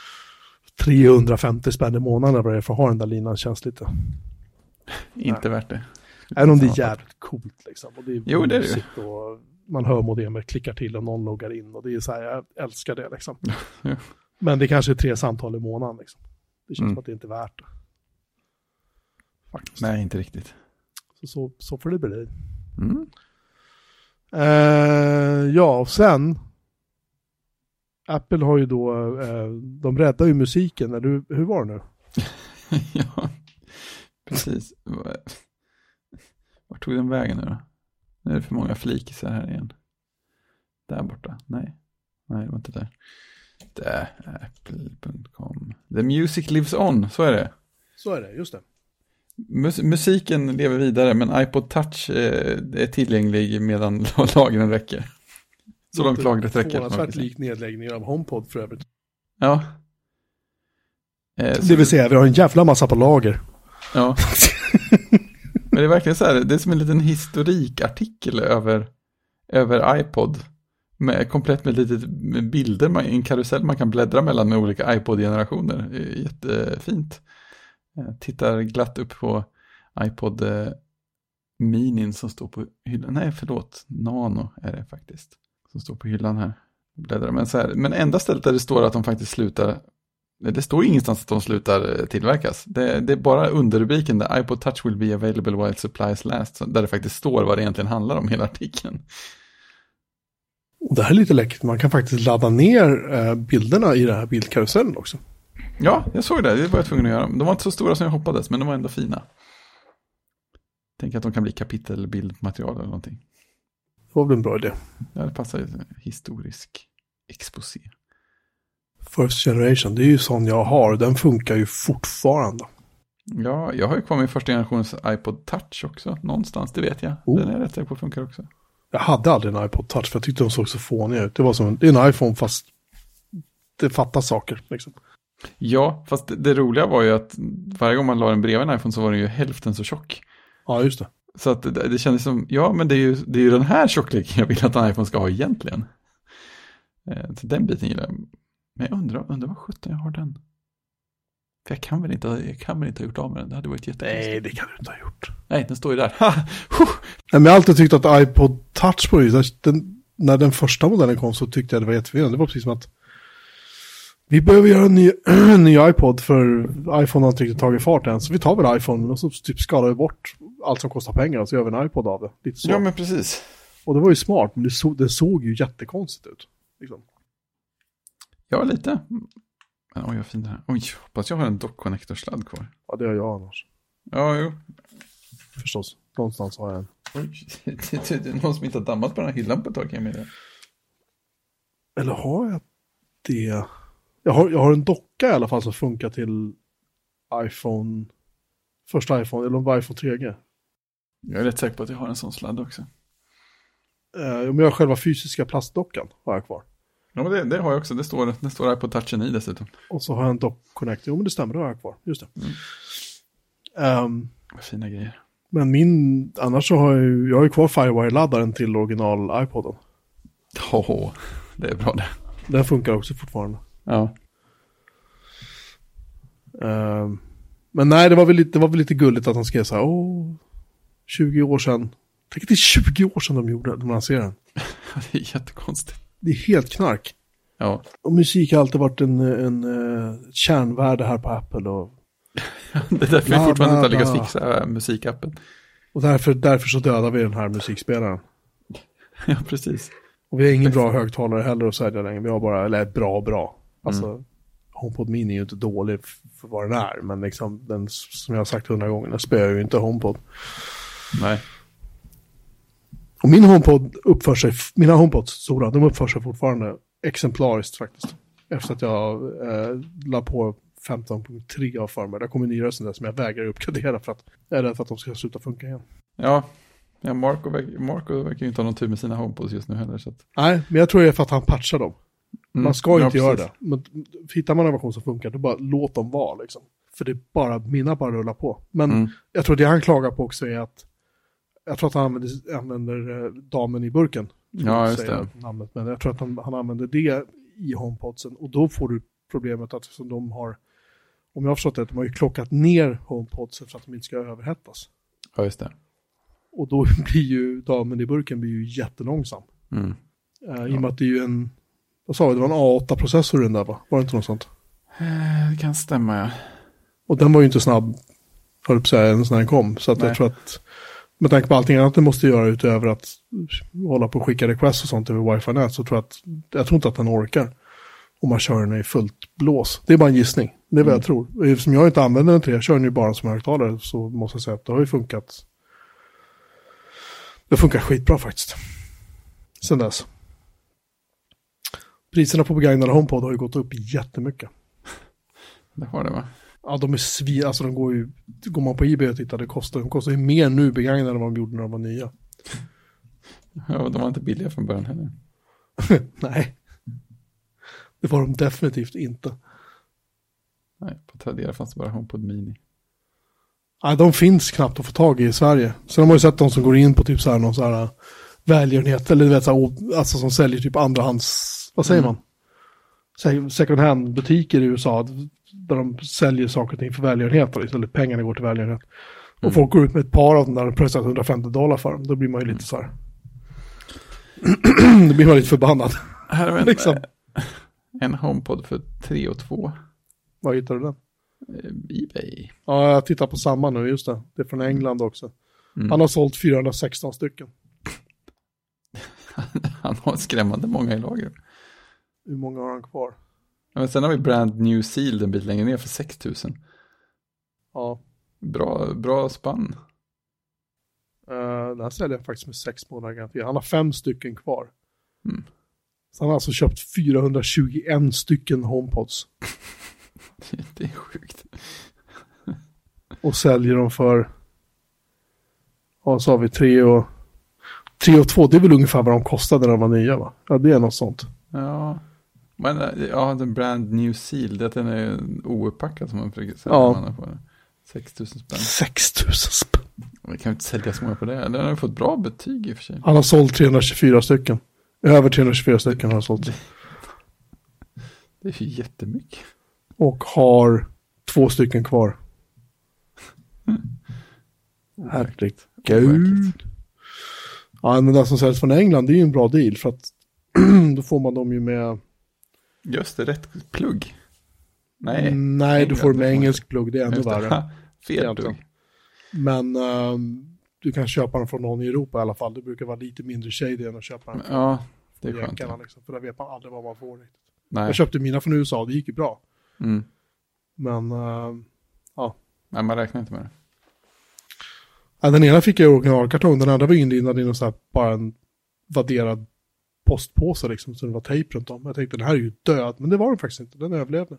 350 spänn i månaden för att ha den där linan, känns lite... Inte värt det. Även om det är jävligt coolt liksom. Och det är jo, det är det. Och man hör modemet klickar till och någon loggar in. Och det är så här, jag älskar det liksom. Ja. Men det kanske är 3 samtal i månaden liksom. Det känns som att det inte är värt det. Faktiskt. Nej, inte riktigt. Så får det bli. Ja, och sen Apple har ju då de räddar ju musiken. Hur var det nu? Ja, precis. Vart tog den vägen nu då? Nu är det för många flikisar här igen. Där borta. Nej, det var inte där. Det är apple.com. The music lives on, så är det. Så är det, just det. Musiken lever vidare, men iPod Touch är tillgänglig medan lagren räcker. Så långt lagret räcker. Förvånansvärt lik nedläggning av HomePod för övrigt. Ja. Det vill säga, vi har en jävla massa på lager. Ja. Men det är verkligen så här, det är som en liten historikartikel över iPod. Komplett med lite bilder, en karusell man kan bläddra mellan med olika iPod-generationer. Jättefint. Jag tittar glatt upp på iPod Minin som står på hyllan. Nej, förlåt. Nano är det faktiskt. Som står på hyllan här. Bläddrar. Men enda stället där det står att de faktiskt slutar. Det står ingenstans att de slutar tillverkas. Det är bara underrubriken där iPod Touch will be available while supplies last. Där det faktiskt står vad det egentligen handlar om hela artikeln. Och det här är lite läckert. Man kan faktiskt ladda ner bilderna i den här bildkarusellen också. Ja, jag såg det. Det var jag tvungen att göra. De var inte så stora som jag hoppades, men de var ändå fina. Tänk att de kan bli kapitelbildmaterial eller någonting. Det var väl en bra idé. Ja, det passar ju historisk exposé. First Generation, det är ju sån jag har. Den funkar ju fortfarande. Ja, jag har ju kvar min första generations iPod Touch också. Någonstans, det vet jag. Den är rätt säker på att funkar också. Jag hade aldrig en iPod Touch för jag tyckte de såg så fåniga ut. Det är en iPhone fast det fattas saker liksom. Ja, fast det roliga var ju att varje gång man la den bredvid en iPhone så var den ju hälften så tjock. Ja, just det. Så att det kändes som, ja men det är ju den här tjockleken jag vill att en iPhone ska ha egentligen. Så den biten gillar jag. Men jag undrar vad 17 jag har den. För jag kan väl inte ha gjort av med den. Det hade varit jättekonstigt. Nej, det kan du inte ha gjort. Nej, den står ju där. Nej, men jag har alltid tyckt att iPod Touch på när den första modellen kom så tyckte jag det var jättefint. Det var precis som att vi behöver göra en ny iPod för iPhone har inte riktigt tagit fart än. Så vi tar väl iPhone och så typ skalar vi bort allt som kostar pengar och så gör vi en iPod av det. Lite så. Ja, men precis. Och det var ju smart, men det såg ju jättekonstigt ut. Liksom. Ja, lite. Men oj, vad fint det här. Oj, hoppas jag har en dock-connector-sladd kvar. Ja, det har jag annars. Ja, jo. Förstås. Någonstans har jag en. Oj, det är någon som inte har dammat på den här hyllan på ett tag, kan jag med. Eller har jag det? Jag har en docka i alla fall som funkar till iPhone. Första iPhone, eller om det var iPhone 3G. Jag är rätt säker på att jag har en sån sladd också. Men jag har själva fysiska plastdockan har jag kvar. Ja, men det har jag också. Det står iPod Touchen i dessutom. Och så har jag en dock connector. Jo, men det stämmer, det har jag kvar. Just det. Vad fina grejer. Men annars så har jag har ju kvar Firewire-laddaren till original iPoden. Det är bra det. Den funkar också fortfarande. Ja. Men nej, det var väl lite gulligt att han skrev så här, 20 år sedan. Tänk att det är 20 år sedan de lanserade den. Det är jättekonstigt. Det är helt knark. Ja. Och musik har alltid varit en kärnvärde här på Apple. Och det är därför vi fortfarande inte har lyckats fixa musikappen. Och därför så dödar vi den här musikspelaren. Ja, precis. Och vi har ingen bra högtalare heller att sälja längre. Vi har bara, eller bra. Alltså, HomePod Mini är ju inte dålig för vad den är. Men liksom, den, som jag har sagt 100 gånger, den spöar ju inte HomePod. Nej. Och mina HomePods stora, de uppför sig fortfarande exemplariskt faktiskt. Efter att jag la på 15.3 av för mig. Där kommer nya sådana där som jag vägrar uppgradera för att jag är rädd för att de ska sluta funka igen. Ja, Marco verkar ju inte ha någon tur med sina HomePods just nu heller. Så att... Nej, men jag tror det är för att han patchar dem. Man ska ju inte göra precis. det. Men hittar man en version som funkar, då bara låt dem vara liksom. För det är bara, mina bara rullar på. Men jag tror det han klagar på också är att jag tror att han använder damen i burken. Ja, just det. Namnet, men jag tror att han använder det i HomePodsen. Och då får du problemet att som de har, om jag har förstått det, de har ju klockat ner HomePodsen för att de inte ska överhettas. Ja, just det. Och då blir ju damen i burken blir ju jättelångsam. I och med att det är ju en, vad sa vi, det var en A8-processor den där, va? Var det inte något sånt? Det kan stämma, ja. Och den var ju inte snabb, hör upp sig, ens när den kom. Så att jag tror att, med tanke på allting annat det måste göra utöver att hålla på och skicka requests och sånt över wifi-nät, så tror jag tror inte att den orkar om man kör den i fullt blås. Det är bara en gissning. Det är vad jag tror. Eftersom jag inte använder den till det, jag kör den ju bara som högtalare, så måste jag säga att det har ju funkat. Det funkar skitbra faktiskt. Sen dess. Priserna på begagnade HomePod har ju gått upp jättemycket. Det har det, va? Ja, de är alltså de går ju, går man på eBay och tittar, de kostar ju mer nu begagnade än vad de gjorde när de var nya. Ja, de var inte billiga från början heller. Nej. Det var de definitivt inte. Nej, på Tradera fanns det bara HomePod Mini. Nej, de finns knappt att få tag i Sverige. Så de har ju sett de som går in på typ så här någon så här välgörenhet, eller du vet så här, alltså som säljer typ andrahands, vad säger man? Second hand butiker i USA där de säljer saker och ting för välgörenhet, eller pengarna går till välgörenhet. Och folk går ut med ett par av dem där och pressar $150 för dem. Då blir man ju lite så här. Då blir man lite förbannad. Här har vi liksom. En HomePod för 3 200. Var hittar du den? eBay. Ja, jag tittar på samma nu, just det. Det är från England också. Han har sålt 416 stycken. Han har skrämmande många i lager. Hur många har han kvar? Ja, men sen har vi Brand New Seal en bit längre ner för 6 000. Ja. Bra spann. Den här säljer jag faktiskt med 6 månader garanti. Han har 5 stycken kvar. Så han har alltså köpt 421 stycken HomePods. Det är sjukt. Och säljer dem för, ja, så har vi 3 och 2. Det är väl ungefär vad de kostade när de var nya, va? Ja, det är något sånt. Ja. Men ja, den Brand New Seal, det den är ouppackad som man försöker sälja. Ja. 6 000 spänn. 6 000 spänn. Vi kan ju inte sälja så många på det. Den har ju fått bra betyg i och för sig. Han har sålt 324 stycken. Över 324 stycken har han sålt. Det är ju jättemycket. Och har 2 stycken kvar. Herregud. Ja, men det som säljs från England, det är ju en bra deal. För att då får man dem ju med... Just det, rätt plugg. Nej, du får med engelsk plugg, det är ändå värre. Fel plugg. Men du kan köpa den från någon i Europa i alla fall. Det brukar vara lite mindre shady än att köpa den från, ja, det är skönt. Liksom, för där vet man aldrig vad man får riktigt. Nej. Jag köpte mina från USA, det gick ju bra. Men, ja. Nej, man räknar inte med det. Ja, den ena fick jag i originalkartong, den andra var inlindad i någon så här, bara en vadderad postpåse liksom, så det var tejp runt om. Jag tänkte, den här är ju död, men det var den faktiskt inte, den överlevde.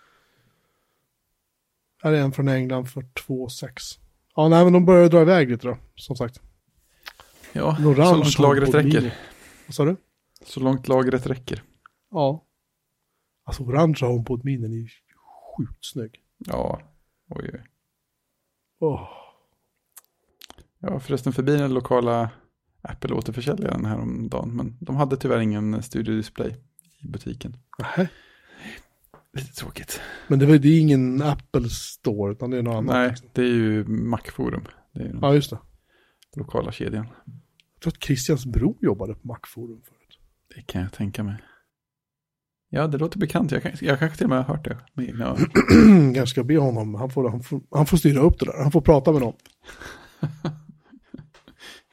Här är en från England för 2,6. Ja, nej, men de börjar dra iväg lite då, som sagt. Ja, så långt lagret räcker. Vad sa du? Så långt lagret räcker. Ja. Alltså orangea HomePod Mini är sjukt snygg. Ja, oj. Oh. Ja, förresten förbi den lokala Apple-återförsäljaren häromdagen. Men de hade tyvärr ingen Studio Display i butiken. Nähä. Lite tråkigt. Men det är ingen Apple Store, utan det är något annat. Nej, det är ju Mac-forum. Det är ja, just det. Lokala kedjan. Jag tror att Christians bror jobbade på Mac-forum förut. Det kan jag tänka mig. Ja, det låter bekant. Jag kanske till och med har hört det. Jag ska be honom. Han får styra upp det där. Han får prata med någon.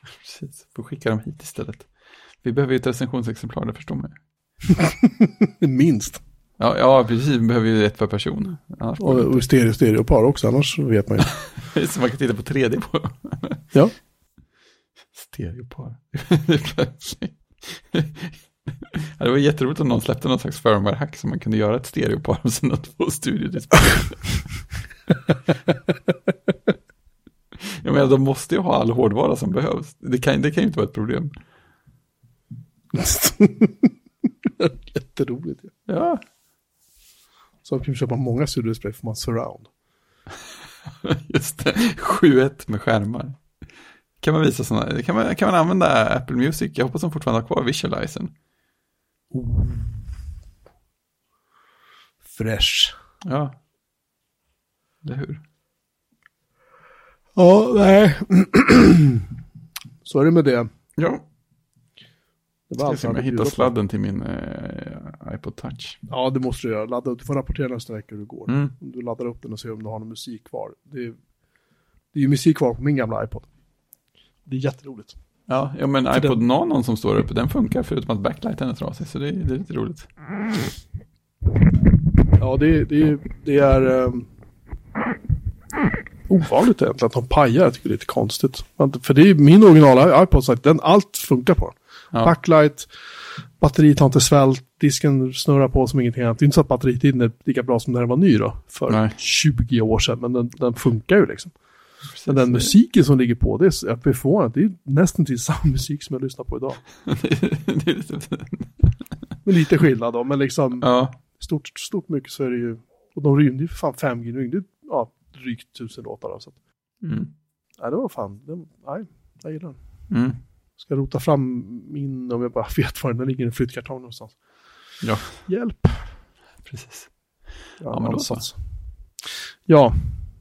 Precis, får skicka dem hit istället. Vi behöver ju ett recensionsexemplar, det förstår man ju. Minst. Ja, precis. Vi behöver ju ett per person. Och stereopar också, annars vet man ju. Så man kan titta på 3D på. Ja. Stereopar. Ja, det var jätteroligt om någon släppte någon slags firmware-hack som man kunde göra ett stereopar och sen att få studiodisplay. Jag menar, de måste ju ha all hårdvara som behövs. Det kan ju inte vara ett problem. Jätteroligt. Ja. Så kan vi köpa många studiodisplay för man surround. Just det, 7.1 med skärmar. Kan man visa sådana? Kan man använda Apple Music? Jag hoppas de fortfarande har kvar visualizen. Fresh. Ja. Det hur? Ja, nej. Så är det med det. Ja. Det var jag hittar sladden till min iPod Touch. Ja, det måste du göra. Du får rapportera nästa vecka hur det går. Mm. Du laddar upp den och ser om du har någon musik kvar. Det är ju musik kvar på min gamla iPod. Det är jätteroligt. Ja, men iPod Nano som står uppe, den funkar förutom att backlighten är trasig, så det är lite roligt. Ja, det är ovanligt egentligen att de pajar. Jag tycker det är lite konstigt. För det är min originala iPod, så allt funkar på den. Ja. Backlight, batteriet har inte svällt, disken snurrar på som ingenting annat. Det är inte så att batteritiden är lika bra som när den var ny då, för 20 år sedan, men den funkar ju liksom. Precis. Men den musiken som ligger på, det är förvånat. Det är nästan till samma musik som jag lyssnar på idag. Med lite skillnad då, men liksom stort mycket så är det ju, och de rymde ju för fan 5 GB, rymde drygt 1000 låtar då, så att, nej, det var fan, jag gillar den. Ska rota fram min, om jag bara vet var den ligger i en flyttkartong någonstans. Ja. Hjälp. Precis. Ja, men då så. Ja.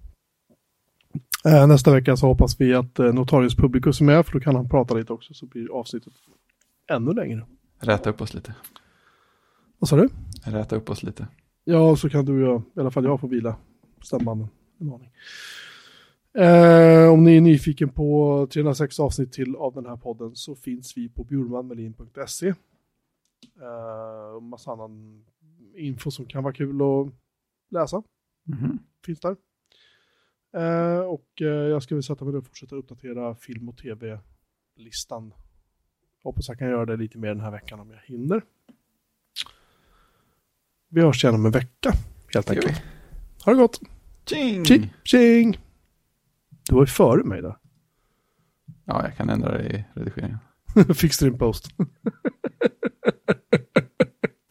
Nästa vecka så hoppas vi att Notarius Publicus är med, för då kan han prata lite också, så blir avsnittet ännu längre. Räta upp oss lite. Vad sa du? Räta upp oss lite. Ja, så kan du i alla fall jag får vila stämbanden en aning. Om ni är nyfiken på 306 avsnitt till av den här podden så finns vi på bjurmanmelin.se. Massa annan info som kan vara kul att läsa. Finns där. Och jag ska väl sätta mig och fortsätta uppdatera film- och tv-listan. Hoppas jag kan göra det lite mer den här veckan om jag hinner. Vi hörs igen om en vecka, helt enkelt. Ha det gott! Tjing! Tjing! Du var ju före mig där. Ja, jag kan ändra det i redigeringen. Fix det in post.